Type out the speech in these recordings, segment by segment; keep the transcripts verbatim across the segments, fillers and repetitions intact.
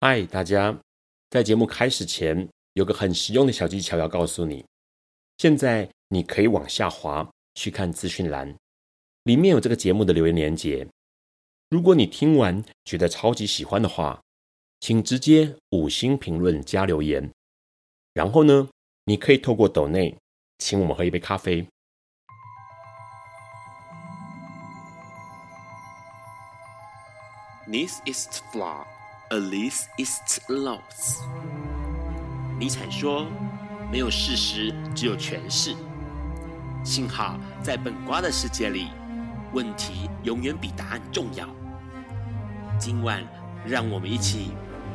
嗨，大家！在节目开始前，有个很实用的小技巧要告诉你。现在你可以往下滑去看资讯栏，里面有这个节目的留言连结。如果你听完觉得超级喜欢的话，请直接五星评论加留言。然后呢，你可以透过抖内请我们喝一杯咖啡。 This is flawed, at least it's lost. 尼采说：“没有事实，只有诠释。”幸好在本瓜的世界里，问题永远比答案重要。今晚，让我们一起。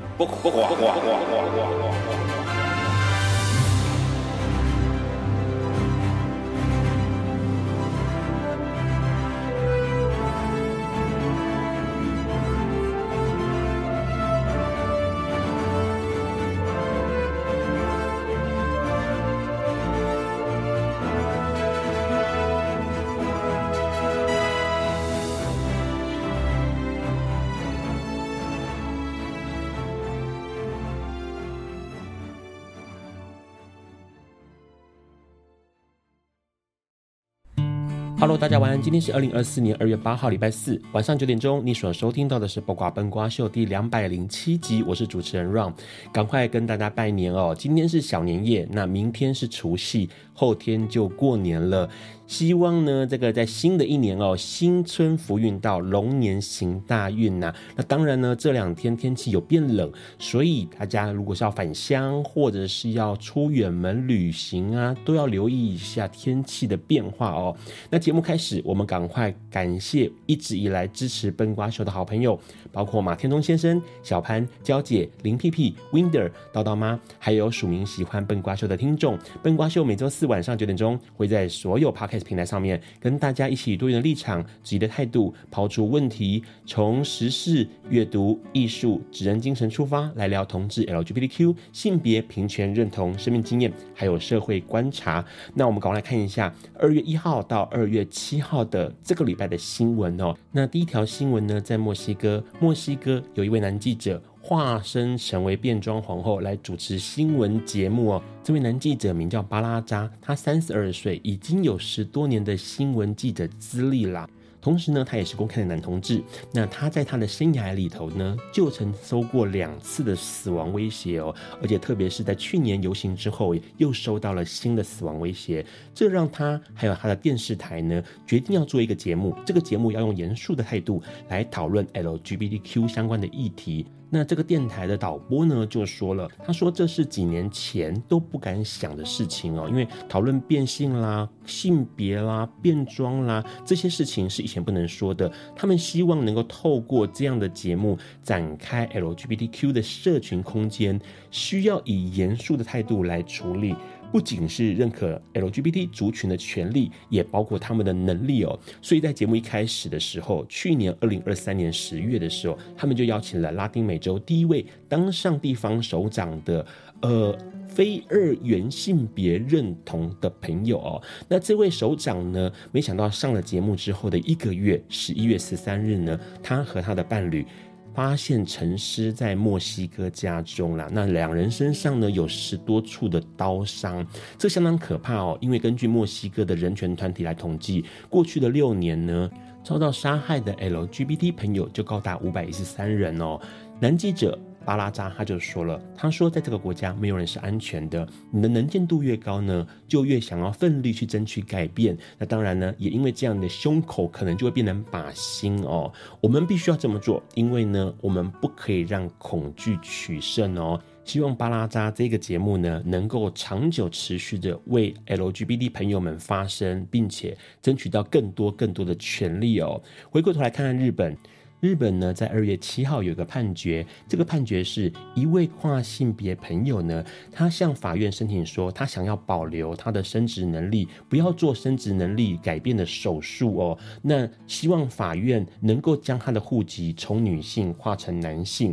Hello， 大家晚安。今天是二零二四年二月八号，礼拜四晚上九点钟。你所收听到的是《八卦笨瓜秀》第两百零七集，我是主持人 Ron。赶快跟大家拜年哦！今天是小年夜，那明天是除夕，后天就过年了。希望呢，这个在新的一年哦，新春福运到，龙年行大运呐、啊。那当然呢，这两天天气有变冷，所以大家如果是要返乡或者是要出远门旅行啊，都要留意一下天气的变化哦。那节目开始，我们赶快感谢一直以来支持笨瓜秀的好朋友，包括马天中先生、小潘、娇姐、林屁屁、Winder、叨叨妈，还有署名喜欢笨瓜秀的听众。笨瓜秀每周四晚上九点钟会在所有 Podcast 平台上面跟大家一起以多元的立场、质疑的态度，抛出问题，从时事、阅读、艺术、职人精神出发，来聊同志 L G B T Q、性别平权认同、生命经验，还有社会观察。那我们赶快来看一下二月一号到二月七号的这个礼拜的新闻哦。那第一条新闻呢，在墨西哥，墨西哥有一位男记者化身成为变装皇后来主持新闻节目哦。这位男记者名叫巴拉扎，他三十二岁，已经有十多年的新闻记者资历啦。同时呢，他也是公开的男同志。那他在他的生涯里头呢，就曾收过两次的死亡威胁哦，而且特别是在去年游行之后，又收到了新的死亡威胁。这让他还有他的电视台呢，决定要做一个节目。这个节目要用严肃的态度来讨论 L G B T Q 相关的议题。那这个电台的导播呢就说了，他说这是几年前都不敢想的事情哦，因为讨论变性啦、性别啦、变装啦这些事情是以前不能说的。他们希望能够透过这样的节目展开 L G B T Q 的社群空间，需要以严肃的态度来处理。不仅是认可 L G B T 族群的权利，也包括他们的能力哦。所以在节目一开始的时候，去年二零二三年十月的时候，他们就邀请了拉丁美洲第一位当上地方首长的呃非二元性别认同的朋友哦。那这位首长呢，没想到上了节目之后的一个月，十一月十三日呢，他和他的伴侣发现沉尸在墨西哥家中啦，那两人身上呢有十多处的刀伤，这相当可怕哦。因为根据墨西哥的人权团体来统计，过去的六年呢，遭到杀害的 L G B T 朋友就高达五百一十三人哦。男记者巴拉扎他就说了，他说在这个国家没有人是安全的，你的能见度越高呢，就越想要奋力去争取改变。那当然呢，也因为这样的胸口可能就会变成靶心哦。我们必须要这么做，因为呢，我们不可以让恐惧取胜哦。希望巴拉扎这个节目呢，能够长久持续的为 L G B T 朋友们发声，并且争取到更多更多的权利哦。回过头来看看日本。日本呢，在二月七号有一个判决，这个判决是一位跨性别朋友呢，他向法院申请说，他想要保留他的生殖能力，不要做生殖能力改变的手术哦。那希望法院能够将他的户籍从女性划成男性。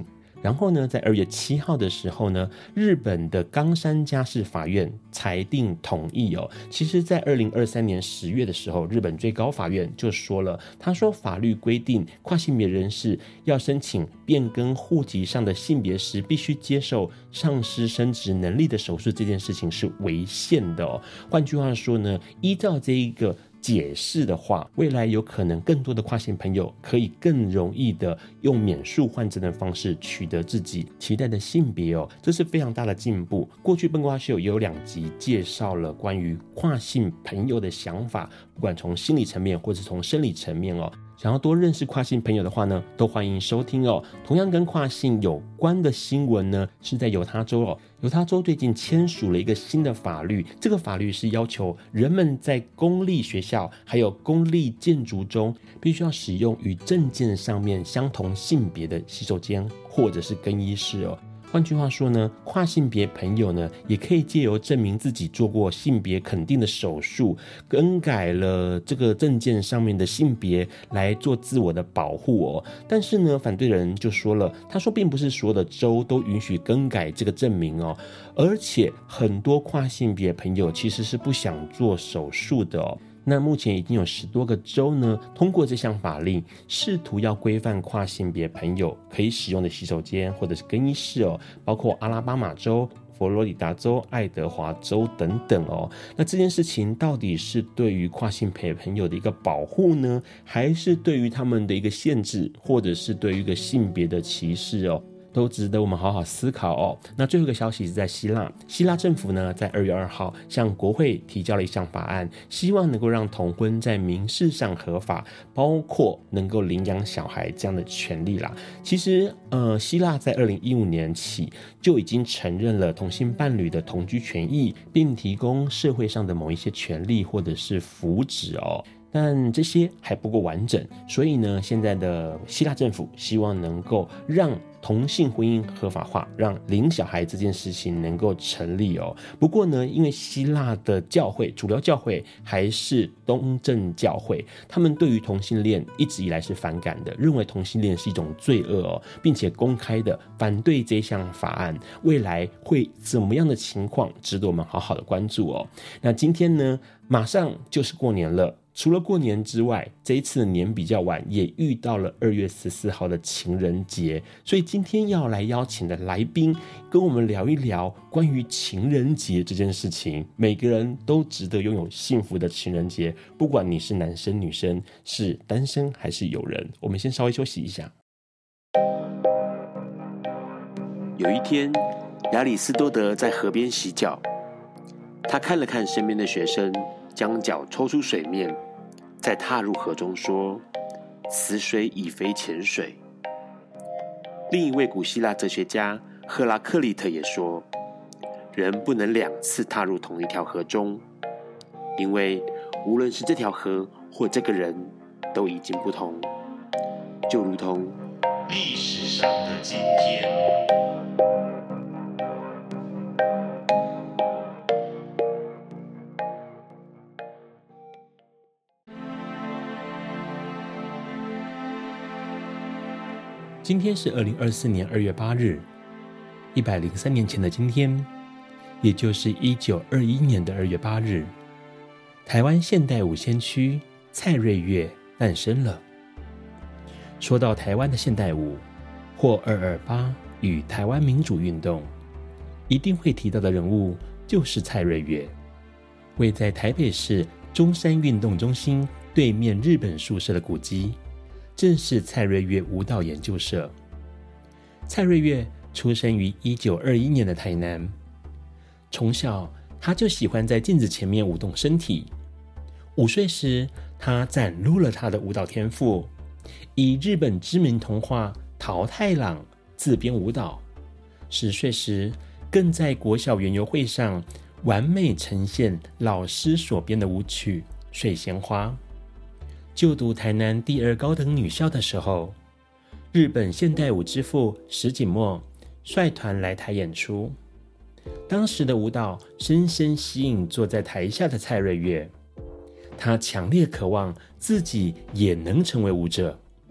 然后呢，在二月七号的时候呢，日本的冈山家事法院裁定同意哦。其实在二零二三年十月的时候，日本最高法院就说了，他说法律规定跨性别人士要申请变更户籍上的性别时，必须接受丧失生殖能力的手术，这件事情是违宪的哦。换句话说呢，依照这一个解释的话，未来有可能更多的跨性朋友可以更容易的用免术换证的方式取得自己期待的性别哦，这是非常大的进步。过去笨瓜秀也有两集介绍了关于跨性朋友的想法，不管从心理层面或是从生理层面哦。想要多认识跨性朋友的话呢，都欢迎收听哦。同样跟跨性有关的新闻呢，是在犹他州哦。犹他州最近签署了一个新的法律，这个法律是要求人们在公立学校还有公立建筑中，必须要使用与证件上面相同性别的洗手间或者是更衣室哦。换句话说呢，跨性别朋友呢，也可以借由证明自己做过性别肯定的手术，更改了这个证件上面的性别来做自我的保护哦。但是呢，反对人就说了，他说并不是所有的州都允许更改这个证明哦，而且很多跨性别朋友其实是不想做手术的哦。那目前已经有十多个州呢通过这项法令，试图要规范跨性别朋友可以使用的洗手间或者是更衣室哦，包括阿拉巴马州、佛罗里达州、爱德华州等等哦。那这件事情到底是对于跨性别朋友的一个保护呢，还是对于他们的一个限制，或者是对于一个性别的歧视哦？都值得我们好好思考哦。那最后一个消息是在希腊，希腊政府呢在二月二号向国会提交了一项法案，希望能够让同婚在民事上合法，包括能够领养小孩这样的权利啦。其实呃，希腊在二零一五年起就已经承认了同性伴侣的同居权益，并提供社会上的某一些权利或者是福祉哦。但这些还不够完整，所以呢，现在的希腊政府希望能够让同性婚姻合法化，让领小孩这件事情能够成立哦。不过呢，因为希腊的教会主流教会还是东正教会，他们对于同性恋一直以来是反感的，认为同性恋是一种罪恶哦，并且公开的反对这项法案。未来会怎么样的情况，值得我们好好的关注哦。那今天呢，马上就是过年了。除了过年之外，这一次的年比较晚，也遇到了二月十四号的情人节，所以今天要来邀请的来宾跟我们聊一聊关于情人节这件事情。每个人都值得拥有幸福的情人节，不管你是男生女生，是单身还是有人。我们先稍微休息一下。 有一天，亚里士多德在河边洗脚，他看了看身边的学生，将脚抽出水面，再踏入河中说：“此水已非浅水。”另一位古希腊哲学家赫拉克利特也说：“人不能两次踏入同一条河中，因为无论是这条河或这个人，都已经不同，就如同历史上的今天。” 今天是二零二四年二月八日，一百零三年前的今天，也就是一九二一年的二月八日，台湾现代舞先驱蔡瑞月诞生了。说到台湾的现代舞或二二八与台湾民主运动，一定会提到的人物就是蔡瑞月。位在台北市中山运动中心对面日本宿舍的古迹，正是蔡瑞月舞蹈研究社。蔡瑞月出生于一九二一年的台南，从小他就喜欢在镜子前面舞动身体。五岁时，他展露了他的舞蹈天赋，以日本知名童话桃太郎自编舞蹈。十岁时，更在国小园游会上完美呈现老师所编的舞曲《水仙花》。就读台南第二高等女校的时候，日本现代舞之父石井墨率团来台演出。当时的舞蹈深深吸引坐在台下的蔡瑞月，他强烈渴望自己也能成为舞者，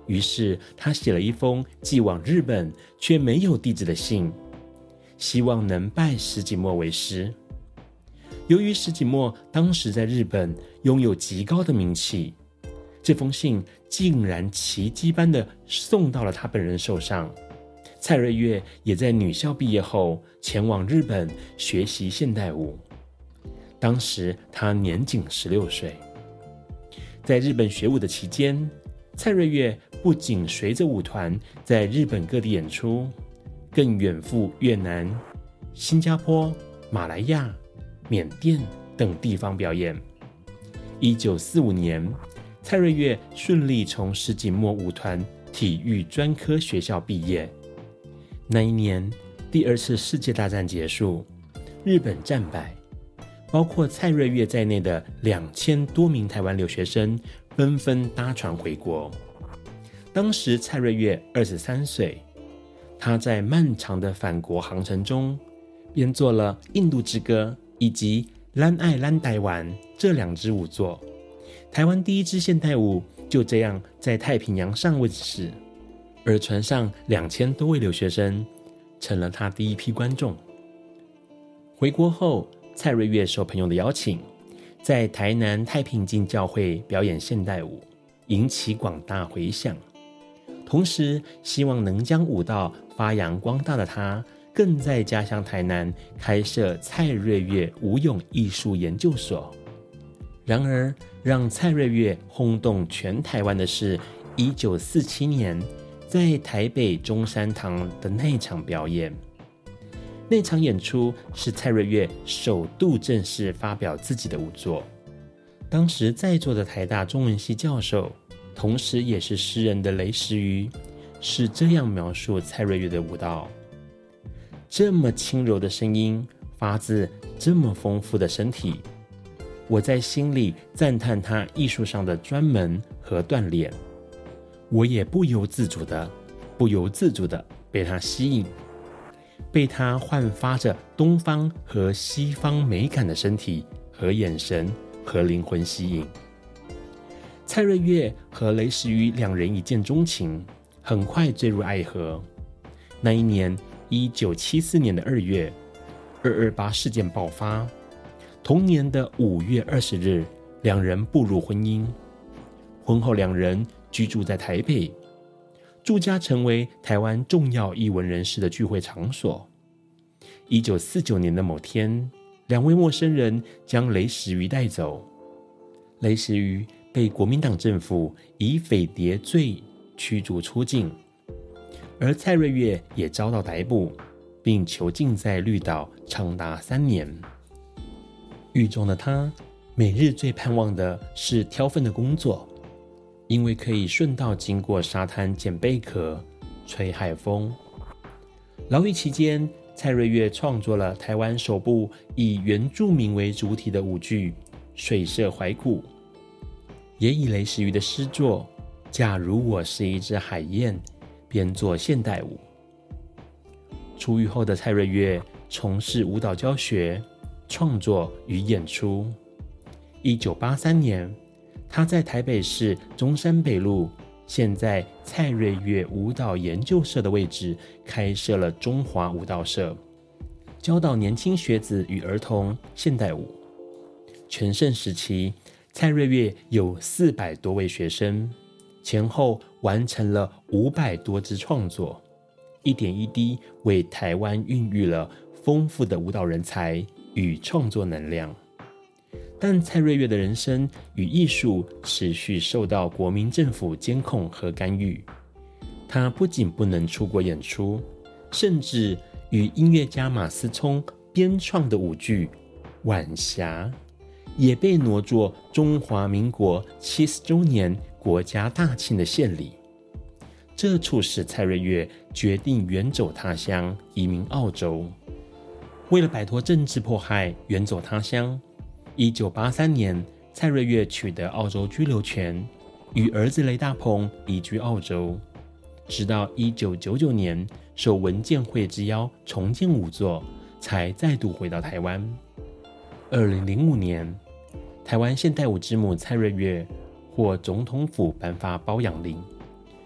于是他写了一封寄往日本却没有地址的信，希望能拜石井默为师。由于石井默当时在日本拥有极高的名气，这封信竟然奇迹般的送到了他本人手上。蔡瑞月也在女校毕业后前往日本学习现代舞，当时他年仅十六岁。在日本学舞的期间，蔡瑞月不仅随着舞团在日本各地演出，更远赴越南、新加坡、马来亚、缅甸等地方表演。一九四五年，蔡瑞月顺利从石井默舞团体育专科学校毕业。那一年，第二次世界大战结束，日本战败，包括蔡瑞月在内的两千多名台湾留学生纷纷搭船回国。当时蔡瑞月二十三岁，他在漫长的返国航程中，编作了《印度之歌》以及《咱爱咱台湾》这两支舞作。台湾第一支现代舞就这样在太平洋上问世，而船上两千多位留学生成了他第一批观众。回国后，蔡瑞月受朋友的邀请，在台南太平径教会表演现代舞，引起广大回响。同时希望能将舞蹈发扬光大的他，更在家乡台南开设蔡瑞月舞咏艺术研究所。然而让蔡瑞月轰动全台湾的是一九四七年在台北中山堂的那场表演。那场演出是蔡瑞月首度正式发表自己的舞作。当时在座的台大中文系教授，同时也是诗人的雷石瑜，是这样描述蔡瑞月的舞蹈：这么轻柔的声音，发自这么丰富的身体，我在心里赞叹他艺术上的专门和锻炼，我也不由自主的不由自主的被他吸引，被他焕发着东方和西方美感的身体和眼神和灵魂吸引。蔡瑞月和雷石瑜两人一见钟情，很快坠入爱河。那一年一九七四年的二月，二二八事件爆发，同年的五月二十日，两人步入婚姻。婚后两人居住在台北，住家成为台湾重要艺文人士的聚会场所。一九四九年的某天，两位陌生人将雷石瑜带走。雷石瑜被国民党政府以匪谍罪驱逐出境，而蔡瑞月也遭到逮捕，并囚禁在绿岛长达三年。狱中的他每日最盼望的是挑粪的工作，因为可以顺道经过沙滩捡贝壳、吹海风。牢狱期间，蔡瑞月创作了台湾首部以原住民为主体的舞剧《水社怀古》，也以雷石瑜的诗作《假如我是一只海燕》编作现代舞。出狱后的蔡瑞月从事舞蹈教学、创作与演出。一九八三年，他在台北市中山北路现在蔡瑞月舞蹈研究社的位置开设了中华舞蹈社，教导年轻学子与儿童现代舞。全盛时期，蔡瑞月有四百多位学生，前后完成了五百多支创作，一点一滴为台湾孕育了丰富的舞蹈人才与创作能量。但蔡瑞月的人生与艺术持续受到国民政府监控和干预，他不仅不能出国演出，甚至与音乐家马思聪编创的舞剧《晚霞》也被挪作中华民国七十周年国家大庆的献礼。这促使蔡瑞月决定远走他乡，移民澳洲。为了摆脱政治迫害，远走他乡，一九八三年，蔡瑞月取得澳洲居留权，与儿子雷大鹏移居澳洲。直到一九九九年，受文建会之邀重建舞作，才再度回到台湾。二零零五年，台湾现代舞之母蔡瑞月获总统府颁发褒养令。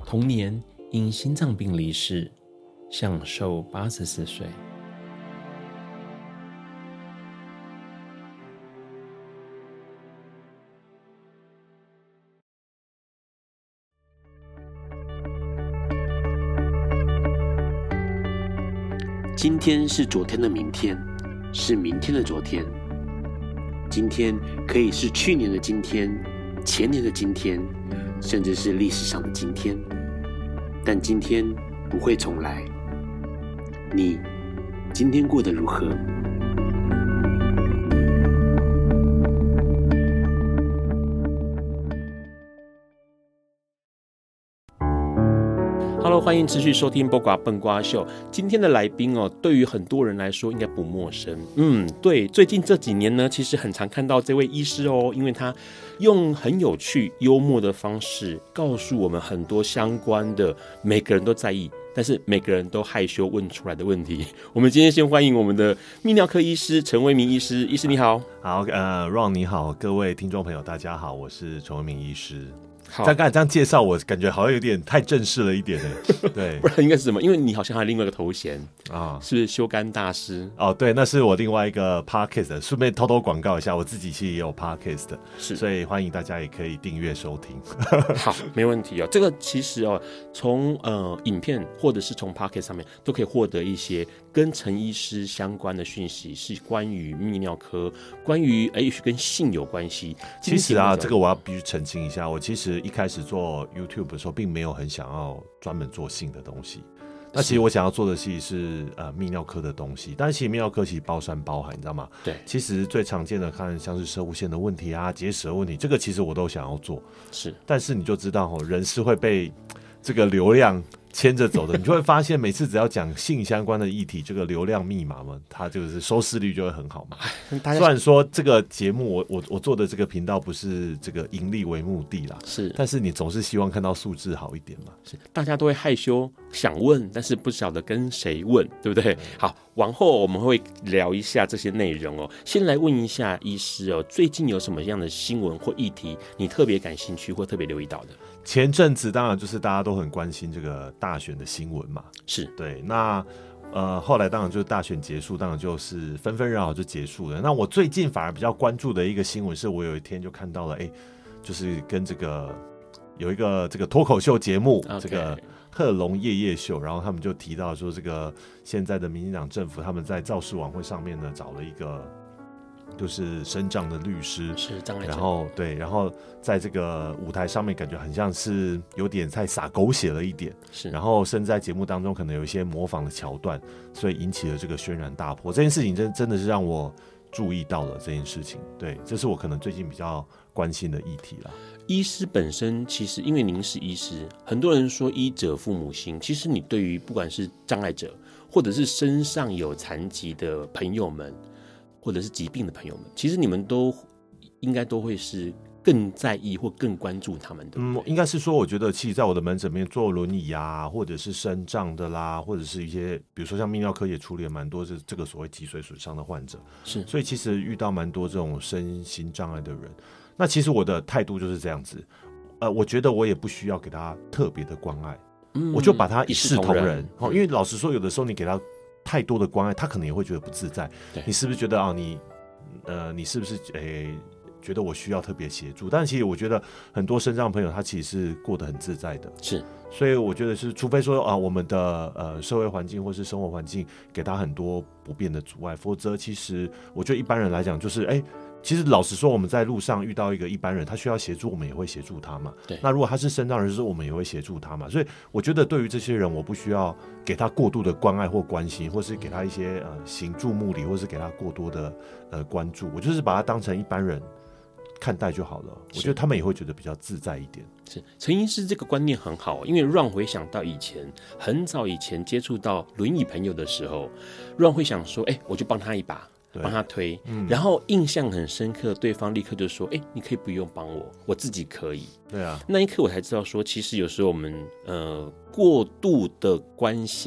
同年因心脏病离世，享寿八十四岁。 今天是昨天的明天，是明天的昨天。今天可以是去年的今天，前年的今天，甚至是历史上的今天。但今天不会重来。你今天过得如何？ Hello， 欢迎持续收听八卦笨瓜秀。今天的来宾哦，对于很多人来说应该不陌生。嗯，对，最近这几年呢，其实很常看到这位医师哦，因为他用很有趣、幽默的方式告诉我们很多相关的，每个人都在意，但是每个人都害羞问出来的问题。我们今天先欢迎我们的泌尿科医师陈为民医师。医师你好。 好，呃 ，Ron 你好，各位听众朋友大家好，我是陈为民医师。 好， 刚才这样介绍，我感觉好像有点太正式了一点呢。对， 不然应该是什么？因为你好像还有另外一个头衔啊， 是不是修肝大师？ 哦，对，那是我另外一个 podcast， 顺便偷偷广告一下，我自己其实也有 podcast， 是， 所以欢迎大家也可以订阅收听。 好，没问题哦。这个其实哦，从呃影片或者是从 podcast 上面都可以获得一些跟陈医师相关的讯息，是关于泌尿科，关于哎，也许跟性有关系。 其实啊，这个我要必须澄清一下，我其实一开始做 YouTube 的时候，并没有很想要专门做性的东西。那其实我想要做的其实是呃泌尿科的东西，但是其实泌尿科其实包山包海，你知道吗？ 对， 其实最常见的看像是射物线的问题啊、结石的问题，这个其实我都想要做。 是， 但是你就知道哦，人是会被这个流量牵着走的，你就会发现每次只要讲性相关的议题，这个流量密码嘛，它就是收视率就会很好嘛。虽然说这个节目我我我做的这个频道不是这个盈利为目的啦， 是， 但是你总是希望看到数字好一点嘛。 是，大家都会害羞想问，但是不晓得跟谁问，对不对？好，往后我们会聊一下这些内容哦。先来问一下医师哦，最近有什么样的新闻或议题你特别感兴趣或特别留意到的？ 前阵子当然就是大家都很关心这个大选的新闻嘛， 是对。那呃后来当然就是大选结束，当然就是纷纷扰扰就结束了。那我最近反而比较关注的一个新闻是，我有一天就看到了，哎，就是跟这个有一个这个脱口秀节目， okay. 这个贺龙夜夜秀，然后他们就提到说，这个现在的民进党政府他们在造势晚会上面呢找了一个就是身障的律师， 是障碍者， 然后对，然后在这个舞台上面感觉很像是有点太洒狗血了一点， 是， 然后甚至在节目当中可能有一些模仿的桥段，所以引起了这个轩然大波。这件事情真真的是让我注意到了这件事情，对，这是我可能最近比较关心的议题啦。 医师本身其实因为您是医师，很多人说医者父母心，其实你对于不管是障碍者或者是身上有残疾的朋友们，或者是疾病的朋友们，其实你们都应该都会是更在意或更关注他们的。嗯， 应该是说，我觉得其实在我的门诊里面坐轮椅啊，或者是身障的啦，或者是一些比如说像泌尿科也处理了蛮多是这个所谓脊髓损伤的患者， 是， 所以其实遇到蛮多这种身心障碍的人。那其实我的态度就是这样子，呃，我觉得我也不需要给他特别的关爱，嗯，我就把他一视同仁。哦，因为老实说，有的时候你给他太多的关爱，他可能也会觉得不自在。你是不是觉得啊，你呃，你是不是诶？觉得我需要特别协助，但其实我觉得很多身障朋友他其实是过得很自在的， 是， 所以我觉得是，除非说啊，我们的呃社会环境或是生活环境给他很多不便的阻碍，否则其实我觉得一般人来讲，就是哎，其实老实说，我们在路上遇到一个一般人，他需要协助，我们也会协助他嘛。 对， 那如果他是身障人士，我们也会协助他嘛。所以我觉得对于这些人，我不需要给他过度的关爱或关心，或是给他一些呃行注目礼，或是给他过多的呃关注，我就是把他当成一般人看待就好了，我觉得他们也会觉得比较自在一点。 是，陈医师这个观念很好，因为让回想到以前很早以前接触到轮椅朋友的时候，让会想说，哎、欸，我就帮他一把，帮他推、嗯，然后印象很深刻，对方立刻就说，哎、欸，你可以不用帮我，我自己可以。 对啊， 那一刻我才知道说，其实有时候我们呃过度的关心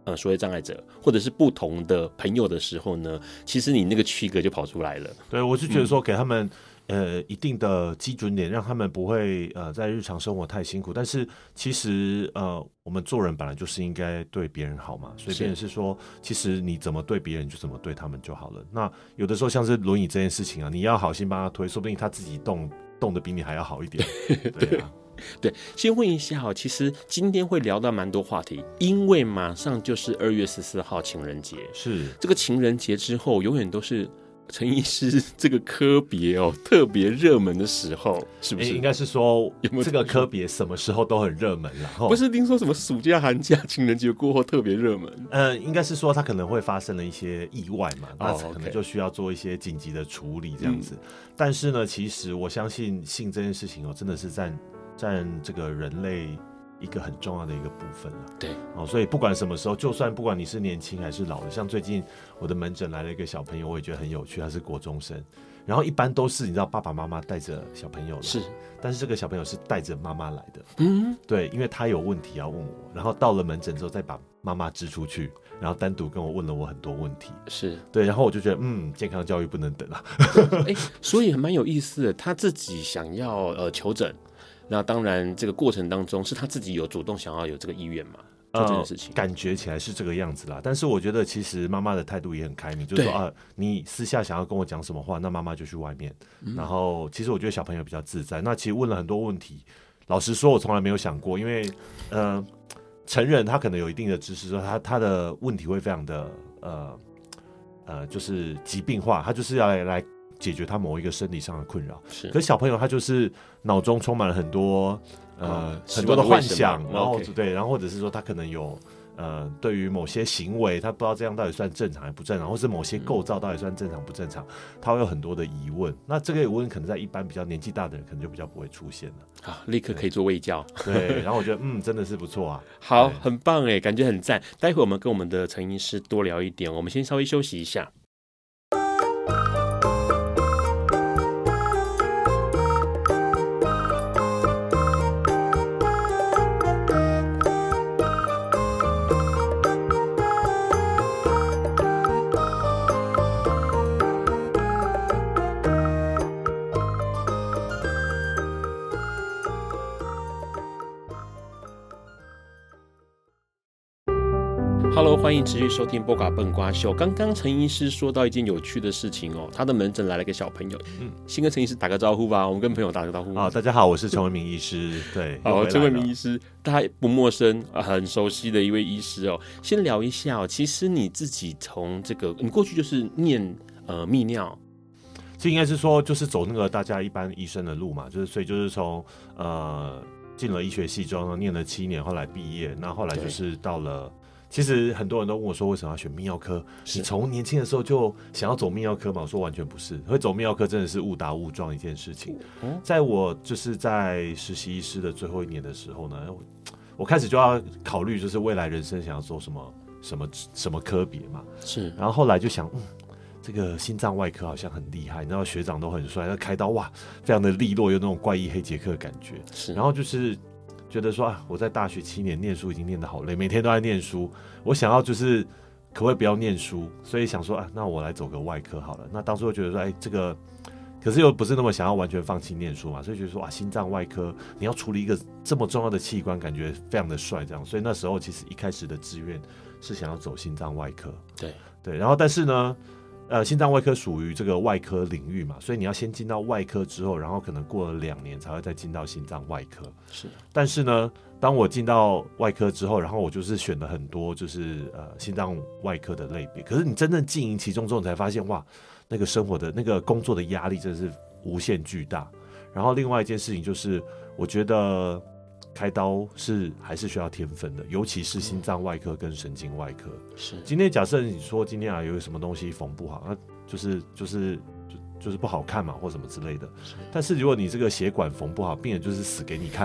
呃所谓障碍者，或者是不同的朋友的时候呢，其实你那个区隔就跑出来了。 对，我是觉得说给他们、嗯、呃一定的基准点，让他们不会呃在日常生活太辛苦。但是其实呃我们做人本来就是应该对别人好嘛，所以变成是说，其实你怎么对别人就怎么对他们就好了。那有的时候像是轮椅这件事情啊，你要好心帮他推，说不定他自己动动得比你还要好一点。对啊。 对，先问一下哦，其实今天会聊到蛮多话题，因为马上就是二月十四号情人节， 是这个情人节之后，永远都是陈医师这个科别哦特别热门的时候，是不是？ 应该是说有没有这个科别什么时候都很热门啦？ 不是听说什么暑假、寒假、情人节过后特别热门？ 呃，应该是说它可能会发生了一些意外嘛，那哦可能就需要做一些紧急的处理这样子。嗯、但是呢，其实我相信性这件事情哦，真的是占。占这个人类一个很重要的一个部分了。 对， 哦，所以不管什么时候，就算不管你是年轻还是老的，像最近我的门诊来了一个小朋友，我也觉得很有趣，他是国中生。然后一般都是你知道爸爸妈妈带着小朋友来， 是， 但是这个小朋友是带着妈妈来的。 嗯， 对，因为他有问题要问我，然后到了门诊之后再把妈妈支出去，然后单独跟我问了我很多问题。 是对，然后我就觉得嗯，健康教育不能等啊。 哎，所以蛮有意思的，他自己想要呃求诊。那当然，这个过程当中是他自己有主动想要有这个意愿嘛，做这件事情、 呃，感觉起来是这个样子啦。但是我觉得其实妈妈的态度也很开明，就是说啊，你私下想要跟我讲什么话，那妈妈就去外面。嗯、然后其实我觉得小朋友比较自在。那其实问了很多问题，老实说，我从来没有想过，因为呃，成人他可能有一定的知识，说他他的问题会非常的呃呃，就是疾病化，他就是要来来。解决他某一个生理上的困扰， 是。 可是小朋友他就是脑中充满了很多呃、哦、很多的幻想，然后、okay. 对，然后或者是说他可能有呃对于某些行为，他不知道这样到底算正常还不正常，或是某些构造到底算正常不正常，嗯、他会有很多的疑问。那这个疑问可能在一般比较年纪大的人可能就比较不会出现了。 好，立刻可以做卫教。 对，然后我觉得嗯真的是不错啊， 好，很棒哎，感觉很赞。待会我们跟我们的陈医师多聊一点，我们先稍微休息一下。Hello， 欢迎持续收听波嘎笨瓜秀。刚刚陈医师说到一件有趣的事情哦，他的门诊来了一个小朋友，嗯，先跟陈医师打个招呼吧，我们跟朋友打个招呼。 好，大家好，我是陈维明医师。对， 好，陈维明医师，大家不陌生，很熟悉的一位医师哦。先聊一下哦，其实你自己从这个，你过去就是念呃泌尿。 其实应该是说，就是走那个大家一般医生的路嘛，就是所以就是从呃进了医学系之后念了七年，后来毕业，那后来就是到了。其实很多人都问我说，为什么要选泌尿科？你从年轻的时候就想要走泌尿科吗？我说完全不是，会走泌尿科真的是误打误撞一件事情。嗯、在我就是在实习医师的最后一年的时候呢，我, 我开始就要考虑，就是未来人生想要做什么什么什么科别嘛。 是， 然后后来就想，嗯，这个心脏外科好像很厉害，然后学长都很帅，那开刀哇，非常的利落，有那种怪异黑杰克的感觉。 是， 然后就是。觉得说啊，我在大学七年念书已经念得好累，每天都在念书。我想要就是可不可以不要念书？所以想说啊，那我来走个外科好了。那当初就觉得说，哎，这个可是又不是那么想要完全放弃念书嘛，所以觉得说啊，心脏外科你要处理一个这么重要的器官，感觉非常的帅这样。所以那时候其实一开始的志愿是想要走心脏外科。 对对，然后但是呢。呃，心脏外科属于这个外科领域嘛，所以你要先进到外科之后，然后可能过了两年才会再进到心脏外科。 是， 但是呢，当我进到外科之后，然后我就是选了很多就是呃心脏外科的类别。可是你真正经营其中之后，你才发现哇，那个生活的那个工作的压力真的是无限巨大。然后另外一件事情就是，我觉得开刀是还是需要天分的，尤其是心脏外科跟神经外科。 是， 今天假设你说今天啊有什么东西缝不好，那就是就是就就是不好看嘛，或什么之类的。但是如果你这个血管缝不好，病人就是死给你看了，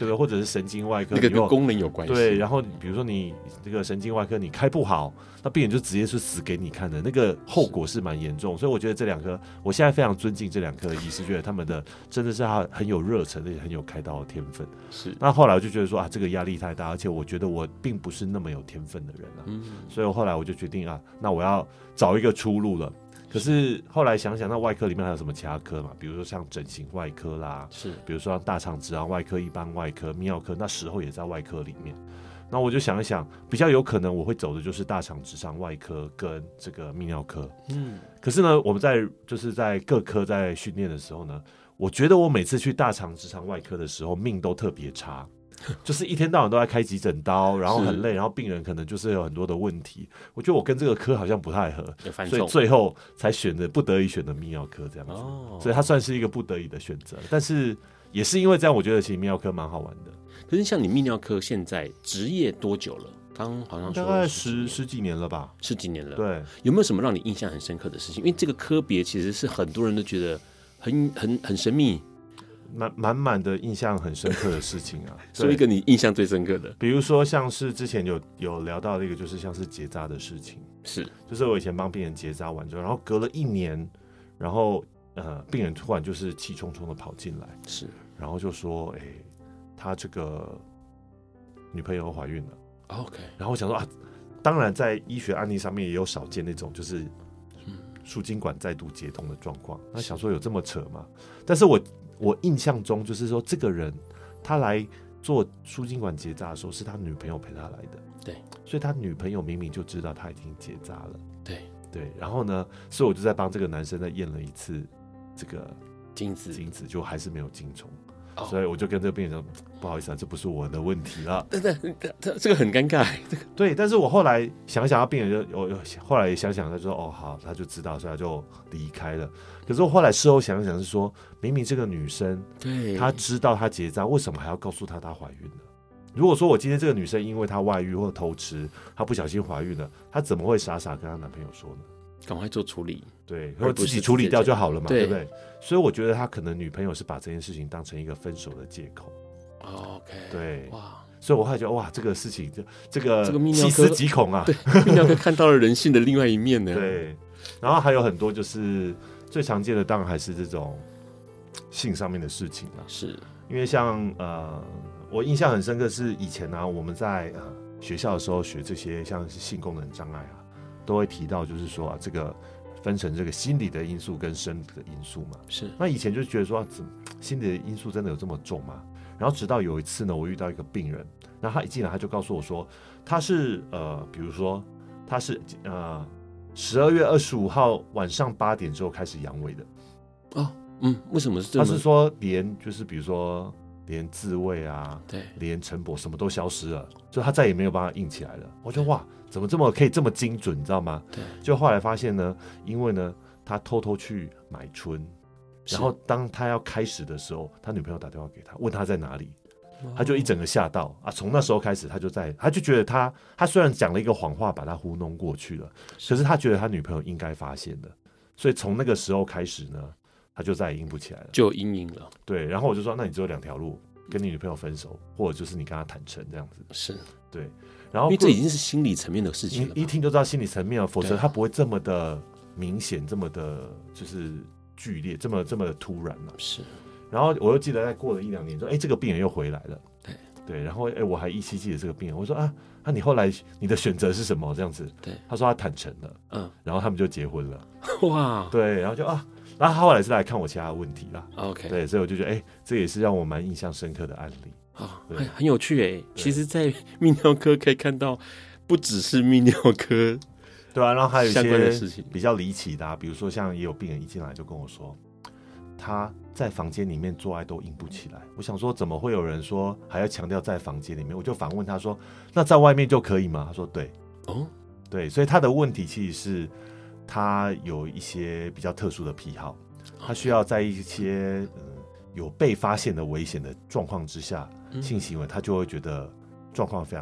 对不对？或者是神经外科， 那个跟功能有关系。 对，然后比如说你这个神经外科你开不好，那病人就直接是死给你看的，那个后果是蛮严重。所以我觉得这两科，我现在非常尊敬这两科的医师，觉得他们的真的是他很有热忱，而且很有开刀的天分。 是。 那后来我就觉得说啊，这个压力太大，而且我觉得我并不是那么有天分的人啊，嗯、所以后来我就决定啊，那我要找一个出路了。可是后来想想，那外科里面还有什么其他科嘛？比如说像整形外科啦， 是， 比如说像大肠直肠外科、一般外科、泌尿科，那时候也在外科里面。那我就想一想，比较有可能我会走的就是大肠直肠外科跟这个泌尿科。嗯，可是呢，我们在就是在各科在训练的时候呢，我觉得我每次去大肠直肠外科的时候，命都特别差。就是一天到晚都在开急诊刀，然后很累，然后病人可能就是有很多的问题。我觉得我跟这个科好像不太合，所以最后才选择不得已选的泌尿科这样子。哦，所以它算是一个不得已的选择，但是也是因为这样，我觉得其实泌尿科蛮好玩的。 可是像你泌尿科现在执业多久了？刚好像说大概十十几年了吧， 十几年了。 对， 有没有什么让你印象很深刻的事情？因为这个科别其实是很多人都觉得很很很神秘。 满满满的印象很深刻的事情啊， 说一个你印象最深刻的， 比如说像是之前有有聊到的一个，就是像是结扎的事情， 是， 就是我以前帮病人结扎完之后，然后隔了一年，然后呃，病人突然就是气冲冲的跑进来， 是， 然后就说，哎、欸，他这个女朋友怀孕了 ，OK， 然后我想说啊，当然在医学案例上面也有少见那种就是输精管再度解冻的状况，那想说有这么扯吗？但是我。我印象中就是说，这个人他来做输精管结扎的时候，是他女朋友陪他来的。 对， 所以他女朋友明明就知道他已经结扎了。 对对，然后呢，所以我就在帮这个男生再验了一次这个精子， 精子就还是没有精虫。 哦、 所以我就跟这个病人说，不好意思啊，这不是我的问题了。 对对，这这个很尴尬。这个对，但是我后来想想，病人就我后来也想想，他就说哦好，他就知道，所以他就离开了。可是我后来事后想想是说，明明这个女生， 对， 她知道她结扎，为什么还要告诉她她怀孕了？如果说我今天这个女生因为她外遇或者偷吃，她不小心怀孕了，她怎么会傻傻跟她男朋友说呢？ 赶快做处理， 对，或者自己处理掉就好了嘛， 对, 对不对？所以我觉得他可能女朋友是把这件事情当成一个分手的借口。 OK， 对， 哇， 所以我后来觉得哇，这个事情这这个这个泌细思极恐啊， 对，泌尿科看到了人性的另外一面呢。 对，然后还有很多就是最常见的，当然还是这种性上面的事情啦。 是因为像呃，我印象很深刻是以前啊，我们在、呃、学校的时候学这些像是性功能障碍啊。都会提到，就是说啊，这个分成这个心理的因素跟生理的因素嘛。 是。 那以前就觉得说，啊、心理的因素真的有这么重吗？然后直到有一次呢，我遇到一个病人，然后他一进来他就告诉我说，他是呃，比如说他是呃十二月二十五号晚上八点之后开始阳痿的。 哦，嗯，为什么是这么？ 他是说连就是比如说连自慰啊， 对， 连晨勃什么都消失了，就他再也没有办法硬起来了。我就哇。怎么这么可以这么精准，你知道吗？ 对， 就后来发现呢，因为呢，他偷偷去买春，然后当他要开始的时候，他女朋友打电话给他，问他在哪里，他就一整个吓到啊！从那时候开始，他就在，他就觉得他，他虽然讲了一个谎话，把他糊弄过去了，可是他觉得他女朋友应该发现的，所以从那个时候开始呢，他就再也硬不起来了， 就有阴影了。 对，然后我就说，那你只有两条路，跟你女朋友分手，或者就是你跟他坦诚这样子。 是， 对。然后因为这已经是心理层面的事情了， 一听就知道心理层面了，否则他不会这么的明显，这么的就是剧烈，这么这么的突然了。 是。 然后我又记得，在过了一两年之后，哎，这个病人又回来了。 对对，然后哎，我还依稀记得这个病人，我说啊，那、啊、你后来你的选择是什么？这样子。 对。 他说他坦诚了， 嗯， 然后他们就结婚了。 哇。 对，然后就啊，然后他后来是来看我其他的问题啦。 OK。 对，所以我就觉得，哎，这也是让我蛮印象深刻的案例。 啊、哦，很很有趣诶。其实，在泌尿科可以看到。不只是泌尿科， 对啊，然后还有一些事情比较离奇的、啊，比如说像也有病人一进来就跟我说，他在房间里面做爱都硬不起来。我想说，怎么会有人说还要强调在房间里面？我就反问他说：“那在外面就可以吗？”他说：“对。”哦，对，所以他的问题其实是他有一些比较特殊的癖好，他需要在一些、呃、有被发现的危险的状况之下、嗯、性行为，他就会觉得状况非常好。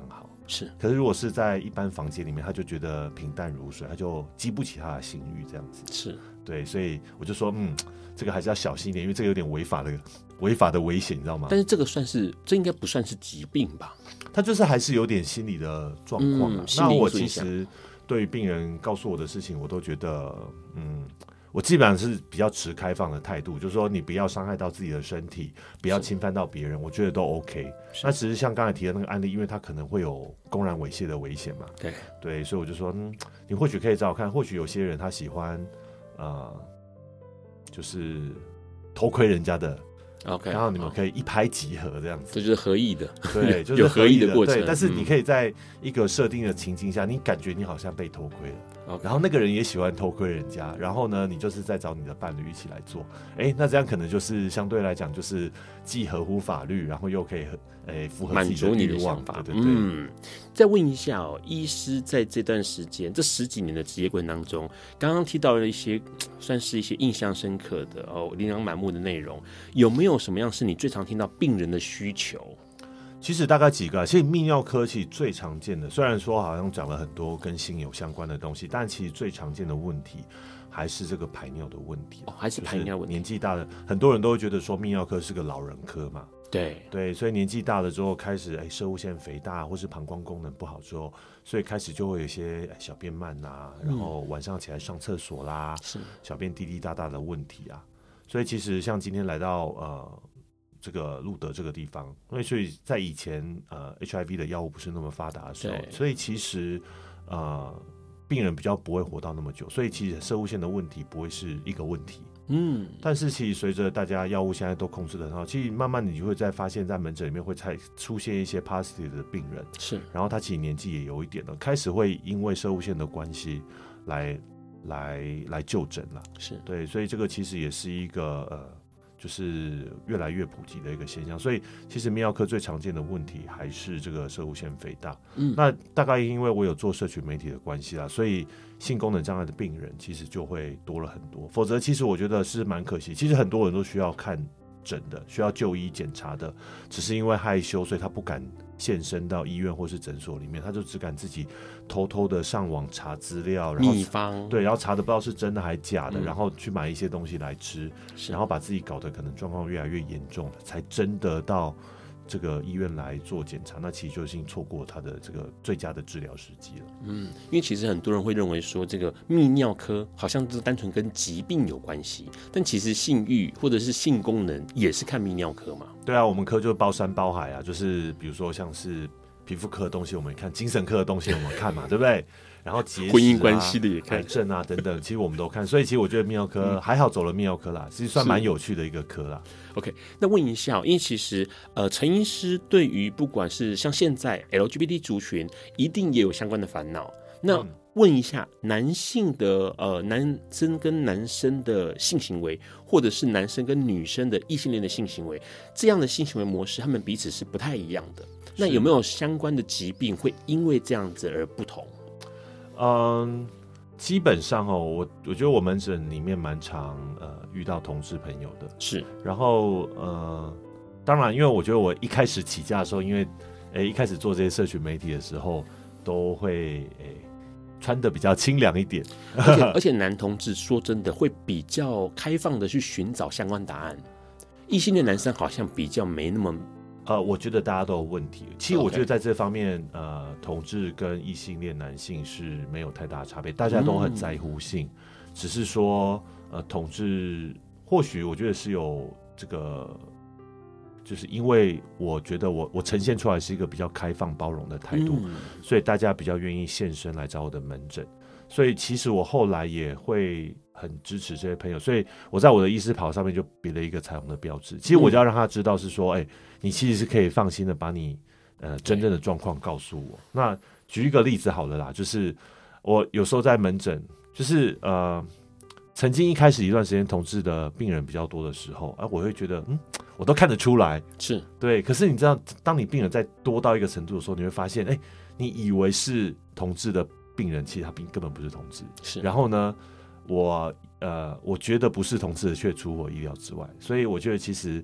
是。 可是如果是在一般房间里面，他就觉得平淡如水，他就激不起他的性欲这样子。 是， 对，所以我就说，嗯，这个还是要小心一点，因为这个有点违法的违法的危险，你知道吗？ 但是这个算是，这应该不算是疾病吧？ 他就是还是有点心理的状况啊。 嗯、 那我其实对于病人告诉我的事情，我都觉得，嗯。我基本上是比较持开放的态度，就是说你不要伤害到自己的身体，不要侵犯到别人，我觉得都 OK。那只是像刚才提的那个案例，因为他可能会有公然猥亵的危险嘛， 对对，所以我就说，嗯，你或许可以找找看，或许有些人他喜欢，呃，就是偷窥人家的。 OK， 然后你们可以一拍即合这样子， 这就是合意的， 对，就是有合意的过程。 对，但是你可以在一个设定的情境下，你感觉你好像被偷窥了， okay. 然后那个人也喜欢偷窥人家，然后呢，你就是在找你的伴侣一起来做，哎，那这样可能就是相对来讲就是既合乎法律，然后又可以诶符合自己的欲望， 对对对。 嗯，再问一下哦，医师在这段时间这十几年的职业过程当中，刚刚提到了一些算是一些印象深刻的哦，琳琅满目的内容，有没有什么样是你最常听到病人的需求？ 其实大概几个、啊，其实泌尿科其实最常见的，虽然说好像讲了很多跟性有相关的东西，但其实最常见的问题还是这个排尿的问题， 哦，还是排尿问题。 年纪大的很多人都会觉得说泌尿科是个老人科嘛， 对对，所以年纪大了之后开始哎，攝護腺肥大或是膀胱功能不好之后，所以开始就会有一些、哎、小便慢啊，然后晚上起来上厕所啦， 是小便滴滴答答的问题啊，所以其实像今天来到呃。这个路德这个地方，因为所以在以前呃 H I V 的药物不是那么发达的时候，所以其实呃病人比较不会活到那么久，所以其实攝護腺的问题不会是一个问题。嗯，但是其实随着大家药物现在都控制得很好，其实慢慢你就会再发现，在门诊里面会才出现一些 positive 的病人，是，然后他其实年纪也有一点了，开始会因为攝護腺的关系来来来就诊了，是对，所以这个其实也是一个呃。就是越来越普及的一个现象，所以其实泌尿科最常见的问题还是这个攝護腺肥大。嗯，那大概因为我有做社群媒体的关系啦，所以性功能障碍的病人其实就会多了很多。否则，其实我觉得是蛮可惜。其实很多人都需要看诊的，需要就医检查的，只是因为害羞，所以他不敢现身到医院或是诊所里面，他就只敢自己偷偷的上网查资料，然后秘方对，然后查的不知道是真的还假的，嗯、然后去买一些东西来吃，然后把自己搞得可能状况越来越严重了，才真的到这个医院来做检查，那其实就已经错过他的这个最佳的治疗时机了。 嗯，因为其实很多人会认为说，这个泌尿科好像就是单纯跟疾病有关系，但其实性欲或者是性功能也是看泌尿科嘛。 对啊，我们科就包山包海啊，就是比如说像是皮肤科的东西我们看，精神科的东西我们看嘛，对不对？然后结石啊、 婚姻关系的也看， 癌症啊等等，其实我们都看。所以其实我觉得泌尿科、嗯、还好走了泌尿科啦，其实算蛮有趣的一个科啦。 OK， 那问一下，因为其实呃，陈医师对于不管是像现在 L G B T 族群，一定也有相关的烦恼。那问一下，男性的呃男生跟男生的性行为，或者是男生跟女生的异性恋的性行为，这样的性行为模式，他们彼此是不太一样的。那有没有相关的疾病会因为这样子而不同？ 嗯，基本上哦，我我觉得我门诊里面蛮常呃遇到同志朋友的， 是。 然后呃，当然，因为我觉得我一开始起家的时候，因为诶一开始做这些社群媒体的时候，都会诶穿的比较清凉一点， 而且而且男同志说真的会比较开放的去寻找相关答案，异性恋男生好像比较没那么。 呃，我觉得大家都有问题。其实我觉得在这方面， okay. 呃，同志跟异性恋男性是没有太大的差别，大家都很在乎性，嗯、只是说，呃，同志或许我觉得是有这个，就是因为我觉得我我呈现出来是一个比较开放包容的态度，嗯、所以大家比较愿意现身来找我的门诊。所以其实我后来也会很支持这些朋友，所以我在我的医师袍上面就别了一个彩虹的标志。其实我就要让他知道是说，哎、欸，你其实是可以放心的把你呃真正的状况告诉我。那举一个例子好了啦，就是我有时候在门诊，就是呃曾经一开始一段时间同志的病人比较多的时候，啊，我会觉得嗯，我都看得出来， 是对。 可是你知道，当你病人再多到一个程度的时候，你会发现，哎、欸，你以为是同志的病人，其实他并根本不是同志。是，然后呢，我呃，我觉得不是同志的，却出乎我意料之外。所以我觉得，其实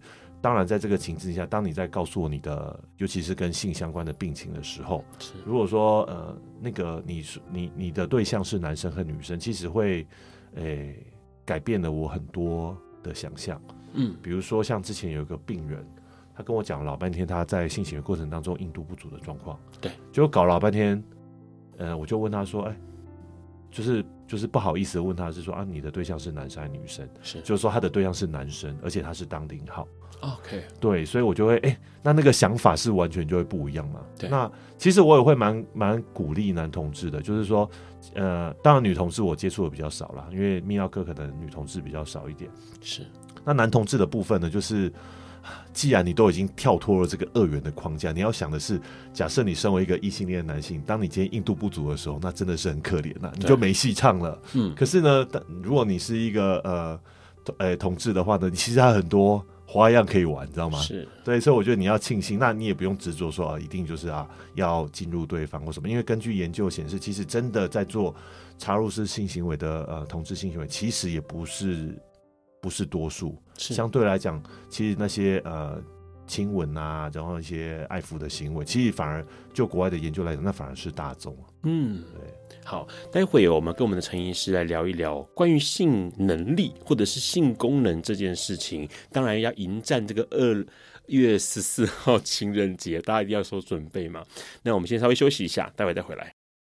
当然在这个情境下，当你在告诉我你的，尤其是跟性相关的病情的时候，如果说呃那个你你你的对象是男生和女生，其实会诶、呃、改变了我很多的想象。嗯，比如说像之前有一个病人，他跟我讲老半天他在性行为过程当中硬度不足的状况， 对， 结果搞老半天，呃，我就问他说，哎、欸，就是就是不好意思的问他是说啊，你的对象是男生还是女生？是，就是说他的对象是男生，而且他是当零号。 OK， 对，所以我就会哎、欸，那那个想法是完全就会不一样嘛。对，那其实我也会蛮蛮鼓励男同志的，就是说，呃，当然女同志我接触的比较少啦，因为泌尿科可能女同志比较少一点。 是， 那男同志的部分呢，就是既然你都已经跳脱了这个二元的框架，你要想的是，假设你身为一个异性恋的男性，当你今天硬度不足的时候，那真的是很可怜呐、啊，你就没戏唱了。嗯，可是呢，如果你是一个呃呃同志的话呢，你其实还有很多花样可以玩，你知道吗？是，对，所以我觉得你要庆幸，那你也不用执着说啊，一定就是啊要进入对方或什么，因为根据研究显示，其实真的在做插入式性行为的呃同志性行为，其实也不是不是多数，相对来讲，其实那些呃亲吻啊，然后一些爱抚的行为，其实反而就国外的研究来讲，那反而是大众。嗯，对。 好，待会我们跟我们的陈医师来聊一聊关于性能力或者是性功能这件事情。当然要迎战这个二月十四号情人节，大家一定要做准备嘛。那我们先稍微休息一下，待会再回来。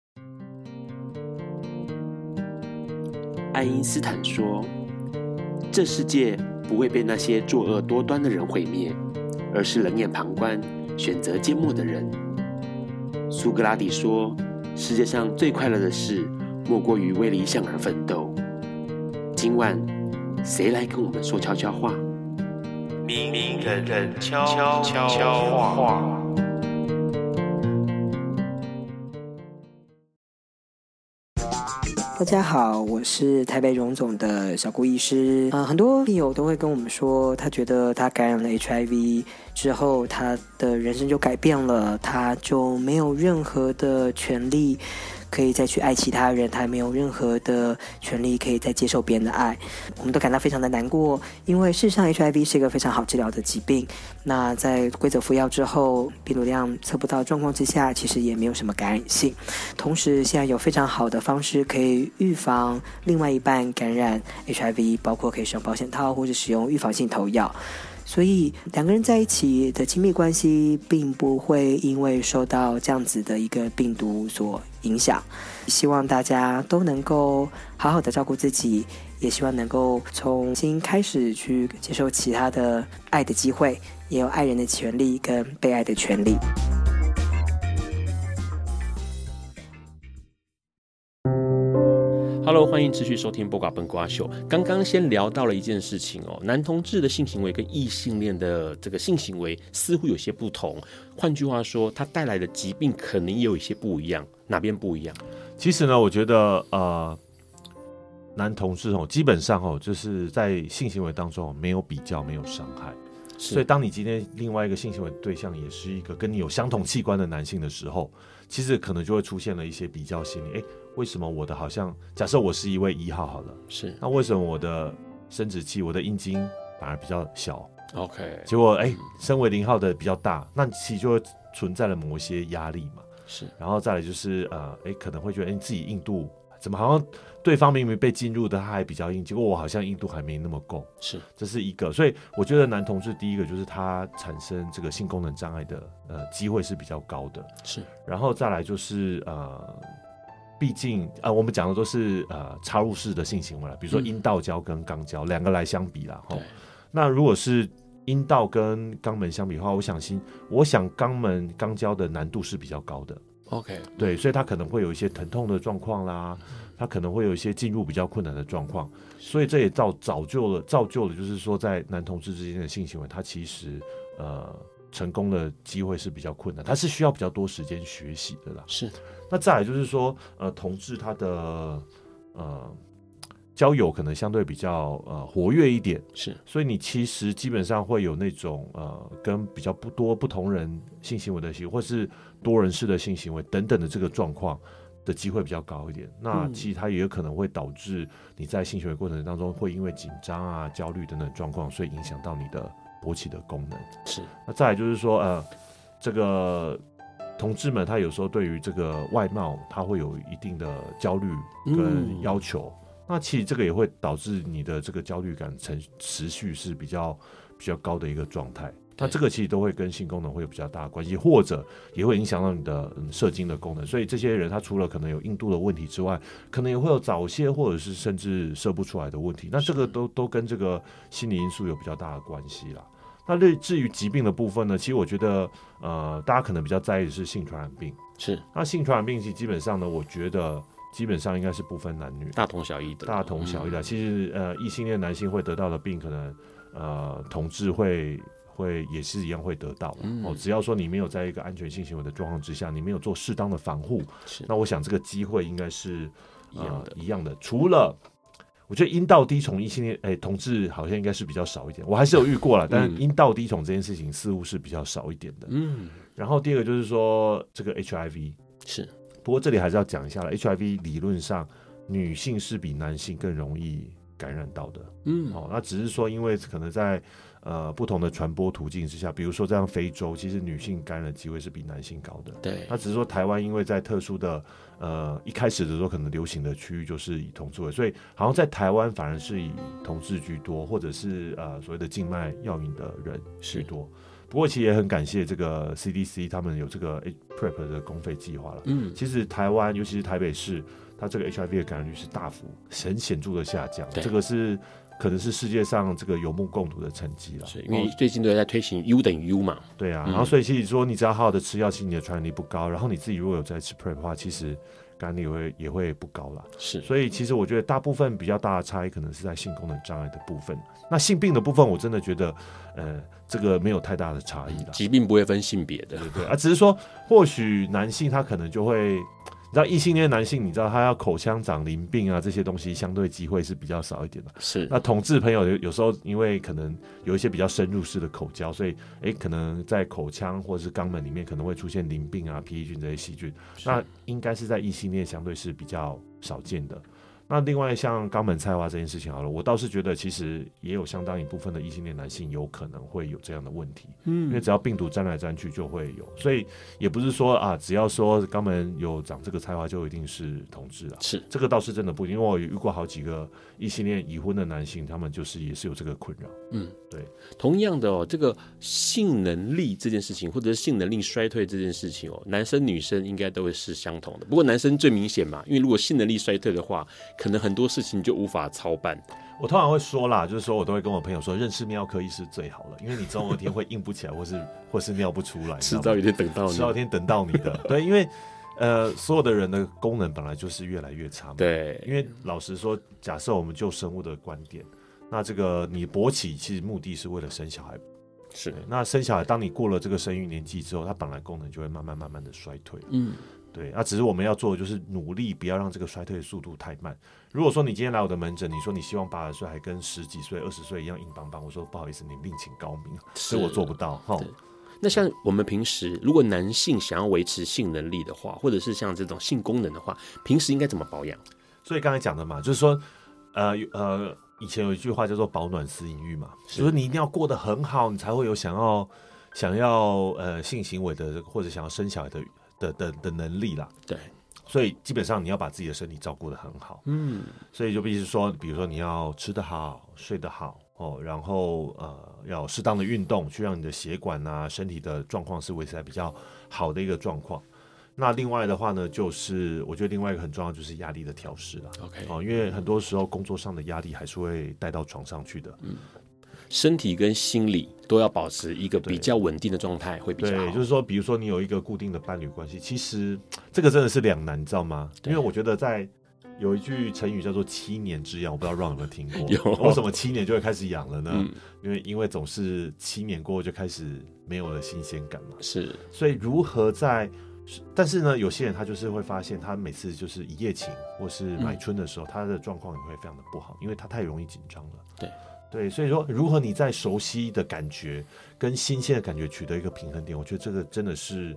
爱因斯坦说，这世界不会被那些作恶多端的人毁灭，而是冷眼旁观、选择缄默的人。苏格拉底说，世界上最快乐的事，莫过于为理想而奋斗。今晚，谁来跟我们说悄悄话？明明人人悄悄话。 大家好，我是台北荣总的小顾医师。呃，很多病友都会跟我们说，他觉得他感染了 H I V 之后，他的人生就改变了，他就没有任何的权利可以再去爱其他人，他没有任何的权利可以再接受别人的爱。我们都感到非常的难过，因为事实上 H I V 是一个非常好治疗的疾病。那在规则服药之后，病毒量测不到状况之下，其实也没有什么感染性。同时，现在有非常好的方式可以预防另外一半感染 H I V， 包括可以使用保险套或者使用预防性投药。所以两个人在一起的亲密关系并不会因为受到这样子的一个病毒所影响。希望大家都能够好好的照顾自己，也希望能够重新开始去接受其他的爱的机会，也有爱人的权利跟被爱的权利。 Hello， 欢迎持续收听播瓜笨瓜秀。刚刚先聊到了一件事情哦，男同志的性行为跟异性恋的这个性行为似乎有些不同。换句话说，它带来的疾病可能也有一些不一样。哪边不一样？ 其实呢，我觉得呃，男同志哦，基本上哦，就是在性行为当中没有比较，没有伤害。所以，当你今天另外一个性行为对象也是一个跟你有相同器官的男性的时候，其实可能就会出现了一些比较心理。哎，为什么我的好像，假设我是一位一号好了，是，那为什么我的生殖器、我的阴茎反而比较小 ？OK， 结果哎，身为零号的比较大，那其实就会存在了某些压力嘛。是，然后再来就是呃，哎，可能会觉得哎，自己硬度怎么好像对方明明被进入的他还比较硬，结果我好像硬度还没那么够，是，这是一个。所以我觉得男同志第一个就是他产生这个性功能障碍的呃机会是比较高的，是。然后再来就是呃，毕竟呃我们讲的都是呃插入式的性行为啦，比如说阴道交跟肛交两个来相比啦，齁。那如果是阴道跟肛门相比的话，我想心我想肛门肛交的难度是比较高的。OK， 对，所以他可能会有一些疼痛的状况啦，他可能会有一些进入比较困难的状况，所以这也造造就了造就了，就是说在男同志之间的性行为，他其实呃成功的机会是比较困难，他是需要比较多时间学习的啦。是，那再来就是说，呃，同志他的呃交友可能相对比较呃活跃一点，是，所以你其实基本上会有那种呃跟比较不多不同人性行为的行为，或是多人式的性行为等等的这个状况的机会比较高一点。那其实它也有可能会导致你在性行为过程当中会因为紧张啊、焦虑等等状况，所以影响到你的勃起的功能。 是， 那再来就是说，呃，这个同志们他有时候对于这个外貌他会有一定的焦虑跟要求，嗯、那其实这个也会导致你的这个焦虑感持持续是比较比较高的一个状态。那这个其实都会跟性功能会有比较大的关系，或者也会影响到你的、嗯、射精的功能。所以这些人他除了可能有硬度的问题之外，可能也会有早泄或者是甚至射不出来的问题。那这个都都跟这个心理因素有比较大的关系啦。那至于疾病的部分呢，其实我觉得呃，大家可能比较在意的是性传染病。 是， 那性传染病其实基本上呢，我觉得基本上应该是不分男女， 大同小异的， 大同小异的。嗯、其实呃，异性恋男性会得到的病，可能呃，同志会。会也是一样会得到、嗯哦、只要说你没有在一个安全性行为的状况之下，你没有做适当的防护，那我想这个机会应该是、呃、一样的。一样的。除了我觉得阴道滴虫异性恋，哎，同志好像应该是比较少一点，我还是有遇过了，但是阴道滴虫这件事情似乎是比较少一点的。嗯。然后第二个就是说这个 H I V 是， 不过这里还是要讲一下了 ，H I V 理论上女性是比男性更容易感染到的。嗯。哦，那只是说因为可能在呃，不同的传播途径之下，比如说像非洲，其实女性感染的机会是比男性高的。 对， 那只是说台湾因为在特殊的呃一开始的时候可能流行的区域就是以同志为，所以好像在台湾反而是以同志居多，或者是呃所谓的静脉药引的人居多。不过其实也很感谢这个 C D C 他们有这个 P R E P 的公费计划了。嗯，其实台湾尤其是台北市，它这个 H I V 的感染率是大幅很显著的下降，这个是。可能是世界上这个有目共睹的成绩了， 因为最近都在推行 U 等于 U 嘛。 对啊，嗯、然后所以其实说你只要好好的吃药，其实你的传染力不高，然后你自己如果有在吃 P R E P 的话，其实感染力也会也会不高啦。 是， 所以其实我觉得大部分比较大的差异可能是在性功能障碍的部分。那性病的部分，我真的觉得呃这个没有太大的差异啦。 疾病不会分性别的， 对对啊，只是说或许男性他可能就会。你知道异性恋男性，你知道他要口腔长鳞病啊，这些东西相对机会是比较少一点的。 是， 那同志朋友有有时候因为可能有一些比较深入式的口交，所以哎，可能在口腔或者是肛门里面可能会出现鳞病啊、皮衣菌这些细菌，那应该是在异性恋相对是比较少见的。那另外像肛门菜花这件事情好了，我倒是觉得其实也有相当一部分的异性恋男性有可能会有这样的问题，嗯，因为只要病毒沾来沾去就会有，所以也不是说啊，只要说肛门有长这个菜花就一定是同志啊， 是这个倒是真的不一定，因为我有遇过好几个异性恋已婚的男性，他们就是也是有这个困扰，嗯，对， 同样的哦，这个性能力这件事情，或者是性能力衰退这件事情哦，男生女生应该都会是相同的，不过男生最明显嘛，因为如果性能力衰退的话。可能很多事情就无法操办。 我通常会说啦，就是说我都会跟我朋友说，认识尿科医师最好了，因为你总有一天会硬不起来，或是或是尿不出来， 迟早有一天等到你， 迟早有一天等到你的。对，因为呃，所有的人的功能本来就是越来越差嘛。 对， 因为老实说，假设我们就生物的观点，那这个你勃起其实目的是为了生小孩。 是， 那生小孩，当你过了这个生育年纪之后，它本来功能就会慢慢慢慢的衰退。嗯。对，那、啊、只是我们要做的就是努力不要让这个衰退的速度太慢。如果说你今天来我的门诊，你说你希望八十岁还跟十几岁、二十岁一样硬邦邦，我说不好意思，你另请高明，所以我做不到。 那像我们平时，如果男性想要维持性能力的话，或者是像这种性功能的话，平时应该怎么保养？ 所以刚才讲的嘛，就是说，呃呃，以前有一句话叫做“保暖思淫欲”嘛，就是你一定要过得很好，你才会有想要想要呃性行为的或者想要生小孩的。的, 的, 的能力啦， 对， 所以基本上你要把自己的身体照顾得很好，嗯，所以就必须说，比如说你要吃得好，睡得好哦，然后呃要适当的运动，去让你的血管啊、身体的状况是维持在比较好的一个状况。那另外的话呢，就是我觉得另外一个很重要就是压力的调试啦 ，OK， 哦，因为很多时候工作上的压力还是会带到床上去的，嗯。 身体跟心理都要保持一个比较稳定的状态，会比较好。 对，就是说，比如说你有一个固定的伴侣关系，其实这个真的是两难，你知道吗？因为我觉得在有一句成语叫做“七年之痒”，我不知道 Ron 有没有听过？ 有。 为什么七年就会开始痒了呢？ 嗯、 因为因为总是七年过后就开始没有了新鲜感嘛。 是。 所以如何在，但是呢，有些人他就是会发现，他每次就是一夜情或是买春的时候，嗯、他的状况也会非常的不好，因为他太容易紧张了。 对。 对，所以说，如何你在熟悉的感觉跟新鲜的感觉取得一个平衡点，我觉得这个真的是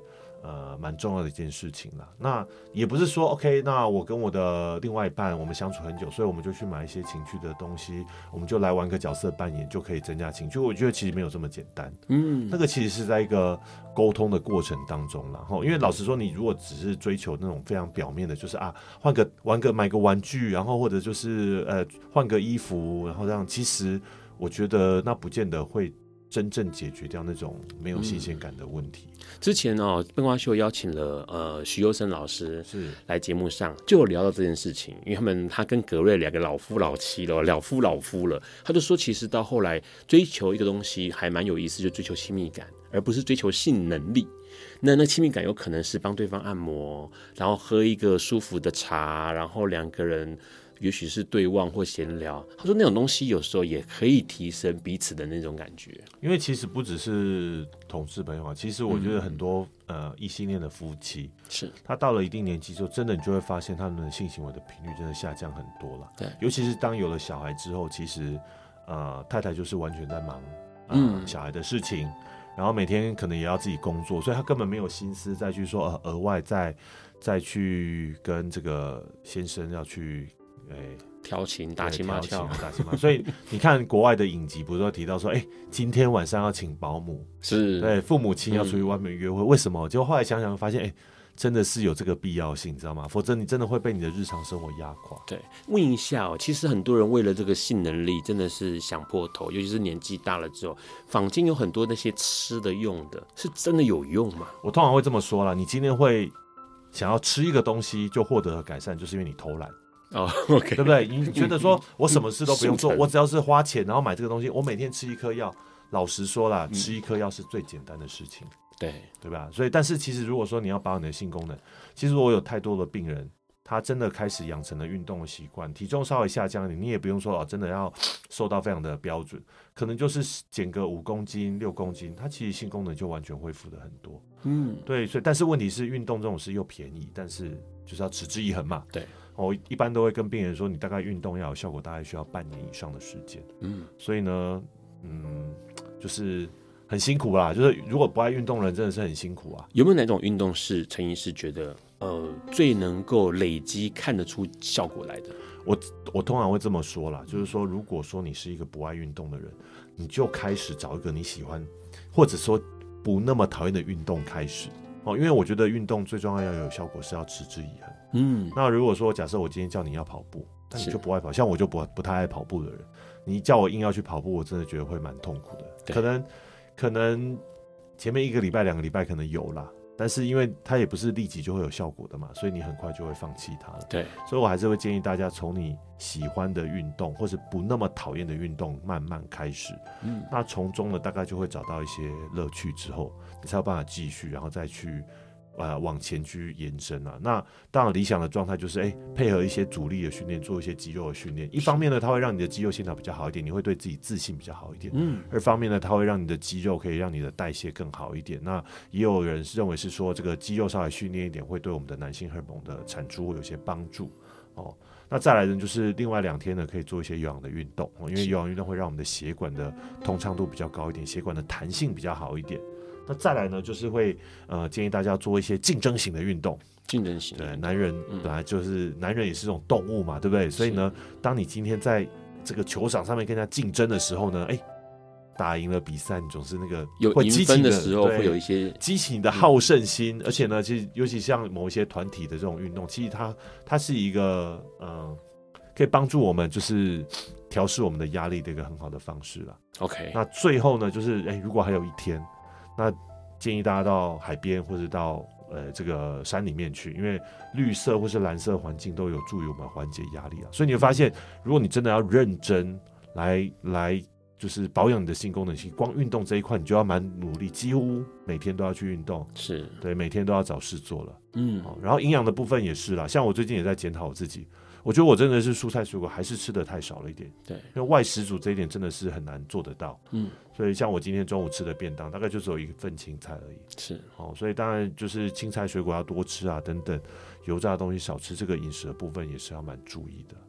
呃蛮重要的一件事情啦。那也不是说 OK， 那我跟我的另外一半我们相处很久，所以我们就去买一些情趣的东西，我们就来玩个角色扮演就可以增加情趣。我觉得其实没有这么简单，嗯，那个其实是在一个沟通的过程当中啦。因为老实说，你如果只是追求那种非常表面的，就是啊换个玩个买个玩具，然后或者就是呃换个衣服，然后这样，其实我觉得那不见得会真正解决掉那种没有新鲜感的问题。 嗯、之前哦，笨瓜秀邀请了呃徐优生老师是来节目上，就有聊到这件事情，因为他们他跟格瑞两个老夫老妻了，老夫老夫了，他就说其实到后来追求一个东西还蛮有意思，就追求亲密感，而不是追求性能力。那那亲密感有可能是帮对方按摩，然后喝一个舒服的茶，然后两个人也许是对望或闲聊。他说那种东西有时候也可以提升彼此的那种感觉。 因为其实不只是同志朋友啊，其实我觉得很多、嗯、呃异性恋的夫妻， 是他到了一定年纪之后，真的你就会发现他们的性行为的频率真的下降很多了。 对， 尤其是当有了小孩之后，其实呃太太就是完全在忙、呃、嗯小孩的事情。然后每天可能也要自己工作，所以他根本没有心思再去说、呃、额外再再去跟这个先生要去诶调情打情骂俏， 打情骂。所以你看国外的影集，不是都提到说，哎，今天晚上要请保姆， 是对父母亲要出去外面约会，嗯、为什么？结果后来想想发现，哎。真的是有这个必要性，你知道吗？否则你真的会被你的日常生活压垮。 对，问一下哦，其实很多人为了这个性能力真的是想破头，尤其是年纪大了之后，坊间有很多那些吃的用的，是真的有用吗？ 我通常会这么说啦，你今天会想要吃一个东西就获得改善，就是因为你偷懒。 哦、oh, ，OK， 对不对？你觉得说我什么事都不用做，我只要是花钱然后买这个东西，我每天吃一颗药，老实说啦，吃一颗药是最简单的事情。 对对吧？所以，但是其实如果说你要保养你的性功能，其实我有太多的病人，他真的开始养成了运动的习惯，体重稍微下降一点，你也不用说哦，真的要瘦到非常的标准，可能就是减个五公斤、六公斤，他其实性功能就完全恢复的很多。嗯，对，所以但是问题是，运动这种事又便宜，但是就是要持之以恒嘛。 对， 我一般都会跟病人说，你大概运动要有效果，大概需要半年以上的时间。嗯，所以呢，嗯，就是。很辛苦啦，就是如果不爱运动的人真的是很辛苦啊。 有没有哪种运动是陈医师觉得呃最能够累积看得出效果来的？ 我我通常会这么说啦，就是说如果说你是一个不爱运动的人，你就开始找一个你喜欢或者说不那么讨厌的运动开始哦，因为我觉得运动最重要要有效果是要持之以恒。嗯，那如果说假设我今天叫你要跑步，但你就不爱跑，像我就不不太爱跑步的人，你叫我硬要去跑步，我真的觉得会蛮痛苦的，可能。可能前面一个礼拜、两个礼拜可能有啦，但是因为它也不是立即就会有效果的嘛，所以你很快就会放弃它了。 对， 所以我还是会建议大家从你喜欢的运动或是不那么讨厌的运动慢慢开始。嗯，那从中呢，大概就会找到一些乐趣之后，你才有办法继续，然后再去。呃，往前去延伸啊，那当然理想的状态就是，哎，配合一些阻力的训练，做一些肌肉的训练。一方面呢，它会让你的肌肉线条比较好一点，你会对自己自信比较好一点。嗯。二方面呢，它会让你的肌肉可以让你的代谢更好一点。那也有人认为是说，这个肌肉稍微训练一点，会对我们的男性荷尔蒙的产出会有些帮助。哦，那再来呢，就是另外两天呢，可以做一些有氧的运动，因为有氧运动会让我们的血管的通畅度比较高一点，血管的弹性比较好一点。那再来呢，就是会呃建议大家做一些竞争型的运动。 竞争型， 对，男人本来就是、嗯、男人也是这种动物嘛，对不对？所以呢，当你今天在这个球场上面跟人家竞争的时候呢，哎，打赢了比赛，你总是那个有赢分的时候会有一些激起你的好胜心，嗯、而且呢，其实尤其像某一些团体的这种运动，其实它它是一个呃可以帮助我们就是调试我们的压力的一个很好的方式啦。 OK， 那最后呢，就是哎，如果还有一天。那建议大家到海边或者到呃这个山里面去，因为绿色或是蓝色环境都有助于我们缓解压力啊。所以你会发现，如果你真的要认真来来就是保养你的性功能性，光运动这一块你就要蛮努力，几乎每天都要去运动， 是对，每天都要找事做了。嗯，然后营养的部分也是啦，像我最近也在检讨我自己。我觉得我真的是蔬菜水果还是吃的太少了一点， 对， 因为外食煮这一点真的是很难做得到，嗯，所以像我今天中午吃的便当，大概就只有一份青菜而已， 是， 哦，所以当然就是青菜水果要多吃啊，等等，油炸的东西少吃，这个饮食的部分也是要蛮注意的。 好。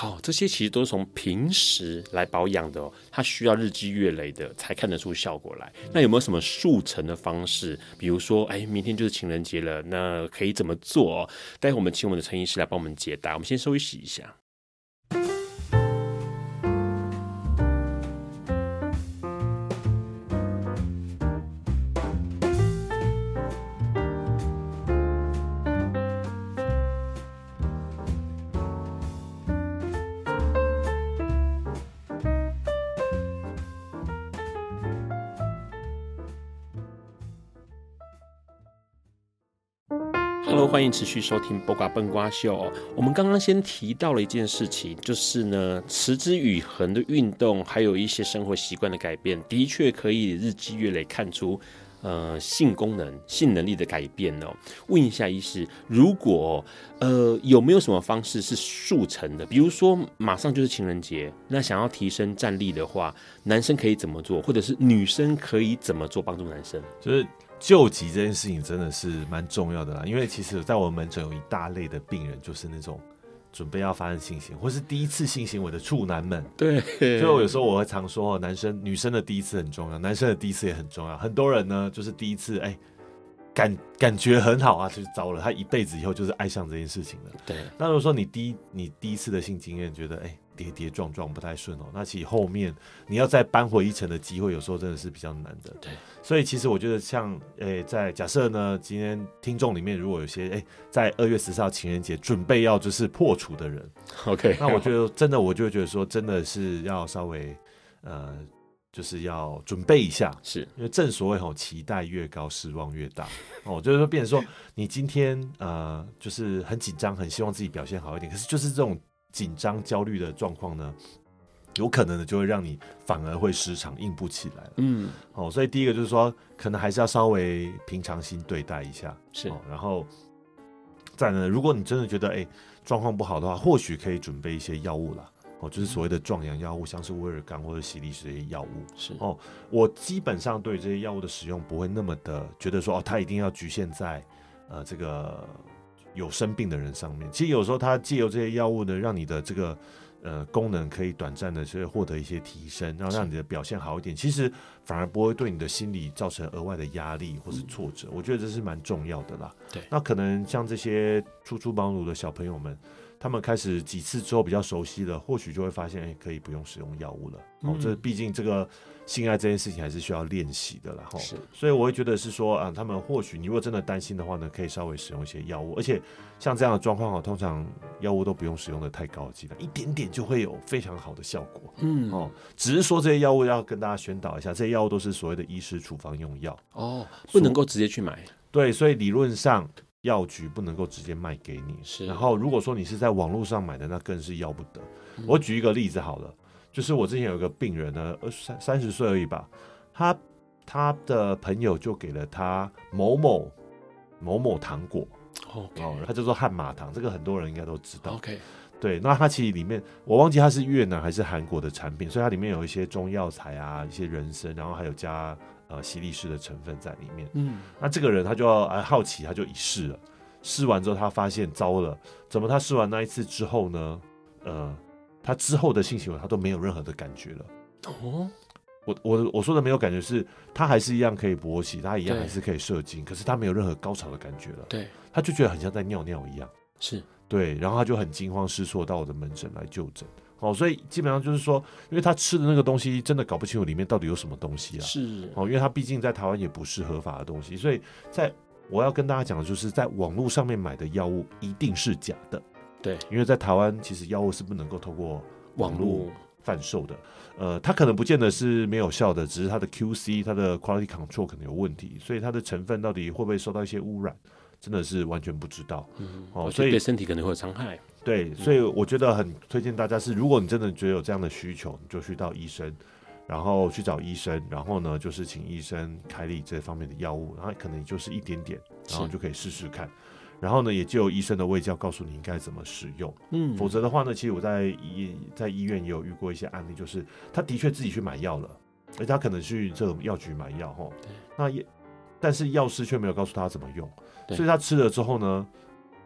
好，这些其实都是从平时来保养的哦，它需要日积月累的才看得出效果来。那有没有什么速成的方式？比如说，哎，明天就是情人节了，那可以怎么做哦？待会我们请我们的陈医师来帮我们解答。我们先休息一下。Hello， 欢迎持续收听八卦笨瓜秀哦。我们刚刚先提到了一件事情，就是呢，持之以恒的运动，还有一些生活习惯的改变，的确可以日积月累看出呃性功能、性能力的改变哦。问一下医师，如果呃有没有什么方式是速成的？比如说马上就是情人节，那想要提升战力的话，男生可以怎么做，或者是女生可以怎么做帮助男生？ 就是救急这件事情真的是蛮重要的啦，因为其实在我们门诊有一大类的病人，就是那种准备要发生性行为或是第一次性行为的处男们。 对， 所以我有时候我会常说，男生女生的第一次很重要，男生的第一次也很重要。很多人呢，就是第一次哎、欸、感感觉很好啊，就是糟了，他一辈子以后就是爱上这件事情了。 对， 那如果说你第一你第一次的性经验觉得哎、欸跌跌撞撞不太顺哦，那其实后面你要再扳回一城的机会，有时候真的是比较难的。 对， 所以其实我觉得像诶、欸，在假设呢，今天听众里面如果有些诶、欸，在二月十四号情人节准备要就是破处的人 ，OK， 那我觉得真的，我就会觉得说，真的是要稍微呃，就是要准备一下， 是因为正所谓吼，期待越高，失望越大哦，就是说，变成说你今天呃，就是很紧张，很希望自己表现好一点，可是就是这种紧张、焦虑的状况呢，有可能的就会让你反而会失常，硬不起来了。嗯，哦，所以第一个就是说，可能还是要稍微平常心对待一下， 是。 哦、然后再呢，如果你真的觉得哎状况不好的话，或许可以准备一些药物啦。哦，就是所谓的壮阳药物，像是威尔刚或者西力士这些药物。 是哦，我基本上对这些药物的使用不会那么的觉得说哦，它一定要局限在呃这个有生病的人上面。其实有时候它借由这些药物呢，让你的这个呃功能可以短暂的去获得一些提升，然后让你的表现好一点。其实反而不会对你的心理造成额外的压力或是挫折。嗯、我觉得这是蛮重要的啦。 对， 那可能像这些初出茅庐的小朋友们。他们开始几次之后比较熟悉了，或许就会发现，哎、欸，可以不用使用药物了。哦、嗯，这毕竟这个性爱这件事情还是需要练习的啦。是，所以我会觉得是说，啊，他们或许你如果真的担心的话呢，可以稍微使用一些药物，而且像这样的状况哦，通常药物都不用使用的太高剂量，一点点就会有非常好的效果。嗯，哦，只是说这些药物要跟大家宣导一下，这些药物都是所谓的医师处方用药哦，不能够直接去买。 对，所以理论上。药局不能够直接卖给你，是。然后如果说你是在网络上买的，那更是要不得。嗯、我举一个例子好了，就是我之前有一个病人呢，三三十岁而已吧，他他的朋友就给了他某某某某糖果， okay. 哦，他叫做汉马糖，这个很多人应该都知道。OK， 对，那它其实里面我忘记它是越南还是韩国的产品，所以它里面有一些中药材啊，一些人参，然后还有加。呃，西力士的成分在里面。嗯，那这个人他就要好奇，他就一试了。试完之后，他发现糟了，怎么他试完那一次之后呢？呃，他之后的性行为他都没有任何的感觉了。哦，我我我说的没有感觉是，他还是一样可以勃起，他一样还是可以射精，可是他没有任何高潮的感觉了。对，他就觉得很像在尿尿一样。是，对，然后他就很惊慌失措到我的门诊来就诊。哦，所以基本上就是说，因为他吃的那个东西真的搞不清楚里面到底有什么东西啊。是，哦，因为他毕竟在台湾也不是合法的东西，所以在我要跟大家讲的就是，在网络上面买的药物一定是假的。对，因为在台湾其实药物是不能够透过网络贩售的。呃，它可能不见得是没有效的，只是它的 Q C、它的 Quality Control 可能有问题，所以它的成分到底会不会受到一些污染，真的是完全不知道。嗯， 哦，所以对身体可能会有伤害。 对，所以我觉得很推荐大家是，如果你真的觉得有这样的需求，你就去到医生，然后去找医生，然后呢，就是请医生开立这方面的药物，然后可能就是一点点，然后就可以试试看。然后呢，也就有医生的卫教告诉你应该怎么使用。嗯，否则的话呢，其实我在医在医院也有遇过一些案例，就是他的确自己去买药了，而且他可能去这种药局买药哈，那也但是药师却没有告诉他怎么用，所以他吃了之后呢。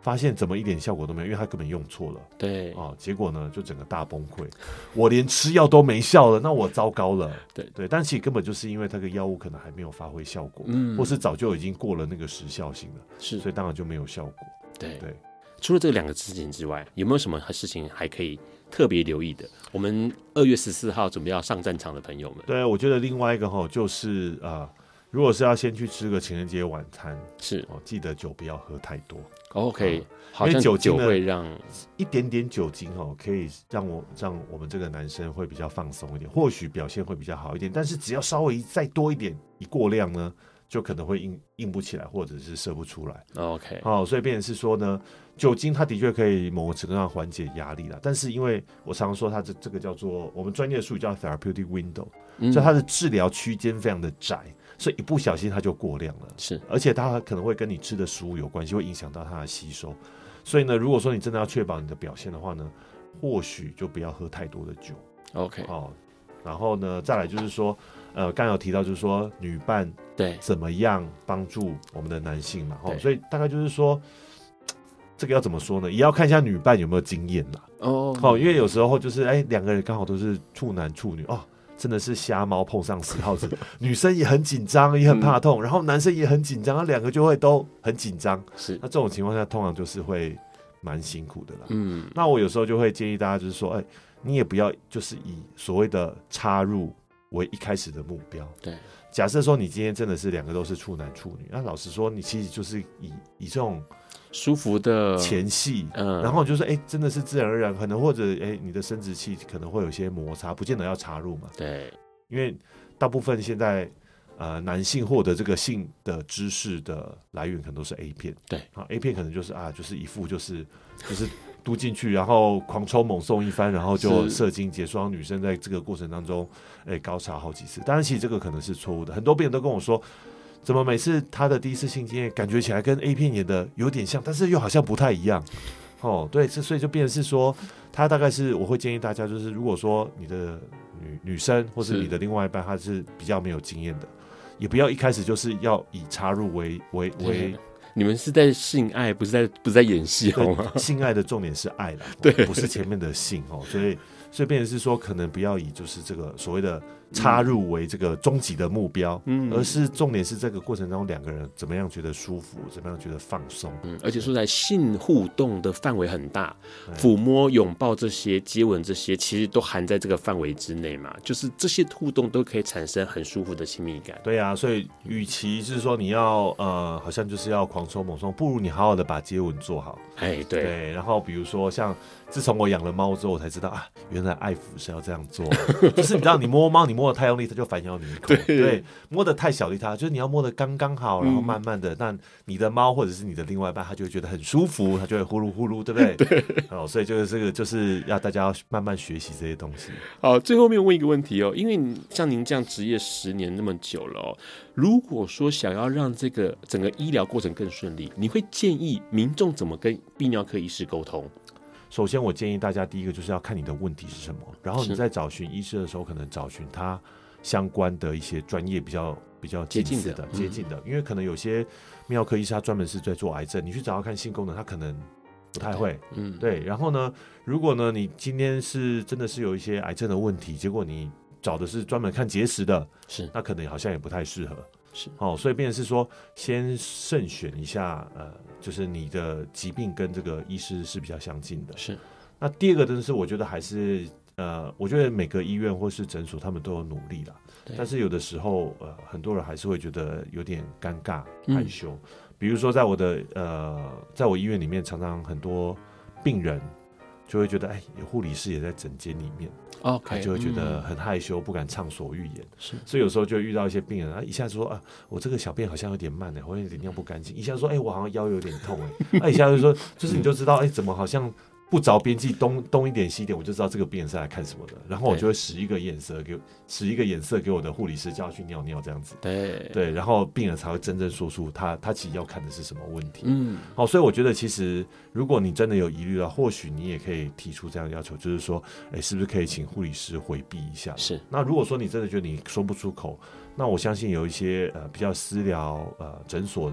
发现怎么一点效果都没有，因为他根本用错了。 对啊，结果呢就整个大崩溃，我连吃药都没效了，那我糟糕了。 对对，但其实根本就是因为这个药物可能还没有发挥效果， 嗯或是早就已经过了那个时效性了， 是， 所以当然就没有效果。 对对。 除了这两个事情之外，有没有什么事情还可以特别留意的？我们二月十四号准备要上战场的朋友们， 对，我觉得另外一个哈就是呃，如果是要先去吃个情人节晚餐， 是哦，记得酒不要喝太多。 OK，、 嗯、 好像酒会让一点点酒精哦，可以让我让我们这个男生会比较放松一点，或许表现会比较好一点。但是只要稍微再多一点，一过量呢，就可能会硬硬不起来，或者是射不出来。 OK， 哦，所以变成是说呢，酒精它的确可以某个程度上缓解压力啦，但是因为我常说它这这个叫做我们专业的术语叫 therapeutic window，、嗯、所以它的治疗区间非常的窄，所以一不小心它就过量了。 是， 而且它可能会跟你吃的食物有关系，会影响到它的吸收。所以呢，如果说你真的要确保你的表现的话呢，或许就不要喝太多的酒。 OK， 哦，然后呢，再来就是说，呃，刚刚有提到就是说女伴对怎么样帮助我们的男性嘛，哦，所以大概就是说，这个要怎么说呢？也要看一下女伴有没有经验啦。 哦， 哦，因为有时候就是哎，两个人刚好都是处男处女哦。真的是瞎猫碰上死耗子，女生也很紧张，也很怕痛，嗯、然后男生也很紧张，那两个就会都很紧张。 是， 那这种情况下，通常就是会蛮辛苦的啦。 嗯， 那我有时候就会建议大家，就是说，哎，你也不要就是以所谓的插入为一开始的目标。 对， 假设说你今天真的是两个都是处男处女，那老实说，你其实就是以以这种舒服的前戏， 嗯， 然后就是哎、欸，真的是自然而然，可能或者哎、欸，你的生殖器可能会有些摩擦，不见得要插入嘛。 对， 因为大部分现在呃男性获得这个性的知识的来源可能都是 A 片， 对啊 ，A 片可能就是啊，就是一副就是就是嘟进去，然后狂抽猛送一番，然后就射精结束，然后女生在这个过程当中哎、欸、高潮好几次。当然，其实这个可能是错误的，很多病人都跟我说。怎么每次他的第一次性经验感觉起来跟 A 片演的有点像，但是又好像不太一样，哦，对，所以就变成是说，他大概是我会建议大家，就是如果说你的女女生或是你的另外一半他是比较没有经验的，也不要一开始就是要以插入为为为。 你们是在性爱，不是在不是在演戏好吗？ 性爱的重点是爱啦， 对， 不是前面的性哦，所以所以变成是说，可能不要以就是这个所谓的插入为这个终极的目标，嗯，而是重点是这个过程当中两个人怎么样觉得舒服，怎么样觉得放松， 嗯，而且说在性互动的范围很大，抚摸、拥抱这些、接吻这些，其实都含在这个范围之内嘛，就是这些互动都可以产生很舒服的亲密感。 对啊，所以与其是说你要呃，好像就是要狂抽猛送，不如你好好的把接吻做好。 哎，对对，然后比如说像自从我养了猫之后，我才知道啊，原来爱抚是要这样做，就是你知道，你摸猫，你摸的太用力，它就反咬你一口；对, 对，摸的太小力它，就是你要摸的刚刚好，然后慢慢的，那、嗯、你的猫或者是你的另外一半，它就会觉得很舒服，它就会呼噜呼噜，对不对？对，哦，所以就是这个，就是要大家要慢慢学习这些东西。 好，最后面问一个问题哦，因为像您这样职业十年那么久了哦，如果说想要让这个整个医疗过程更顺利，你会建议民众怎么跟泌尿科医师沟通？ 首先，我建议大家第一个就是要看你的问题是什么，然后你在找寻医师的时候，可能找寻他相关的一些专业比较比较近似的、接近的，因为可能有些泌尿科医师他专门是在做癌症，你去找他看性功能，他可能不太会，嗯，对。然后呢，如果呢你今天是真的是有一些癌症的问题，结果你找的是专门看结石的， 是那可能好像也不太适合。 是哦，所以变成是说，先慎选一下，呃，就是你的疾病跟这个医师是比较相近的。 是。那第二个真的是，我觉得还是，呃，我觉得每个医院或是诊所他们都有努力啦，但是有的时候，呃，很多人还是会觉得有点尴尬、害羞。嗯、比如说，在我的呃，在我医院里面，常常很多病人就会觉得，哎，有护理师也在诊间里面。 Okay, 他就会觉得很害羞，嗯、不敢畅所欲言。 是， 所以有时候就会遇到一些病人，他一下说啊，我这个小便好像有点慢呢，我有点尿不干净；一下说，哎、欸，我好像腰有点痛哎；那一下就说，就是你就知道，哎、欸，怎么好像不着边际，东东一点西一点，我就知道这个病人是来看什么的。然后我就会使一个眼色给使一个眼色给我的护理师，叫他去尿尿这样子。 对对，然后病人才会真正说出他他其实要看的是什么问题。 嗯， 好，所以我觉得其实如果你真的有疑虑了，或许你也可以提出这样的要求，就是说，哎，是不是可以请护理师回避一下？ 是。 那如果说你真的觉得你说不出口，那我相信有一些呃比较私疗呃诊所的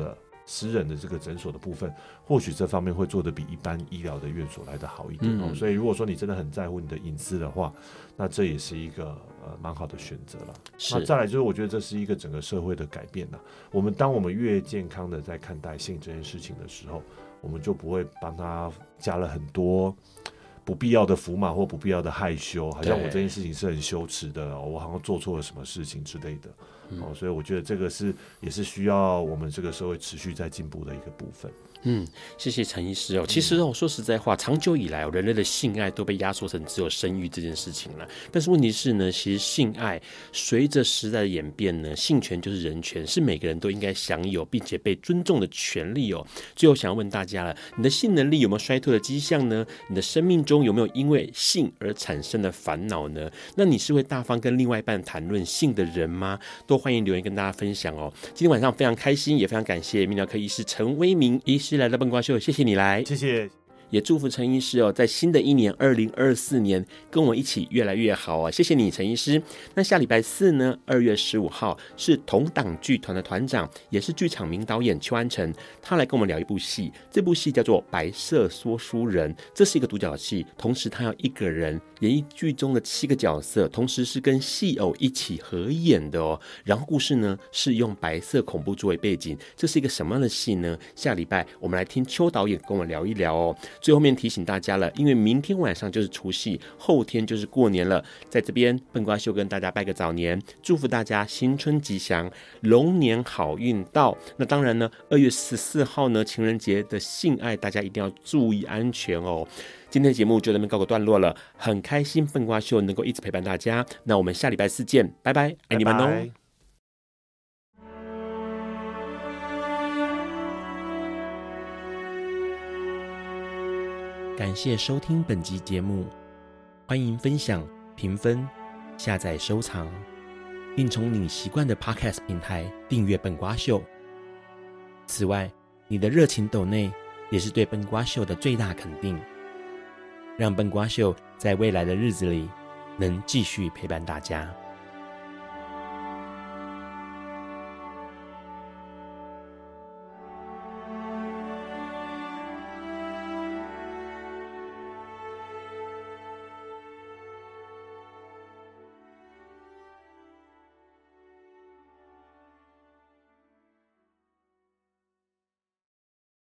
私人的这个诊所的部分，或许这方面会做得比一般医疗的院所来得好一点、嗯哦、所以如果说你真的很在乎你的隐私的话，那这也是一个呃蛮好的选择了。那再来就是我觉得这是一个整个社会的改变啦。我们当我们越健康的在看待性这件事情的时候，我们就不会帮他加了很多不必要的符码或不必要的害羞，好像我这件事情是很羞耻的，我好像做错了什么事情之类的、嗯哦、所以我觉得这个是也是需要我们这个社会持续在进步的一个部分。 嗯，谢谢陈医师哦。其实哦，说实在话，长久以来、哦、人类的性爱都被压缩成只有生育这件事情了。但是问题是呢，其实性爱随着时代的演变呢，性权就是人权，是每个人都应该享有并且被尊重的权利哦。最后想要问大家了，你的性能力有没有衰退的迹象呢？你的生命中有没有因为性而产生的烦恼呢？那你是会大方跟另外一半谈论性的人吗？都欢迎留言跟大家分享哦。今天晚上非常开心，也非常感谢泌尿科医师陈威明医师来到笨瓜秀，谢谢你来， 谢谢。 也祝福陈医师哦，在新的一年二零二四年跟我一起越来越好啊！谢谢你，陈医师。那下礼拜四呢，二月十五号是同党剧团的团长，也是剧场名导演邱安成，他来跟我们聊一部戏，这部戏叫做《白色说书人》，这是一个独角戏，同时他要一个人演绎剧中的七个角色，同时是跟戏偶一起合演的哦。然后故事呢是用白色恐怖作为背景，这是一个什么样的戏呢？下礼拜我们来听邱导演跟我们聊一聊哦。最后面提醒大家了，因为明天晚上就是除夕，后天就是过年了，在这边笨瓜秀跟大家拜个早年，祝福大家新春吉祥，龙年好运到。那当然呢，二月十四号呢，情人节的性爱大家一定要注意安全哦。今天的节目就在这边告个段落了，很开心笨瓜秀能够一直陪伴大家，那我们下礼拜四见，拜拜，爱你们哦。拜拜。感谢收听本集节目，欢迎分享、评分、下载、收藏，并从你习惯的 Podcast 平台订阅笨瓜秀。此外，你的热情抖内也是对笨瓜秀的最大肯定，让笨瓜秀在未来的日子里能继续陪伴大家。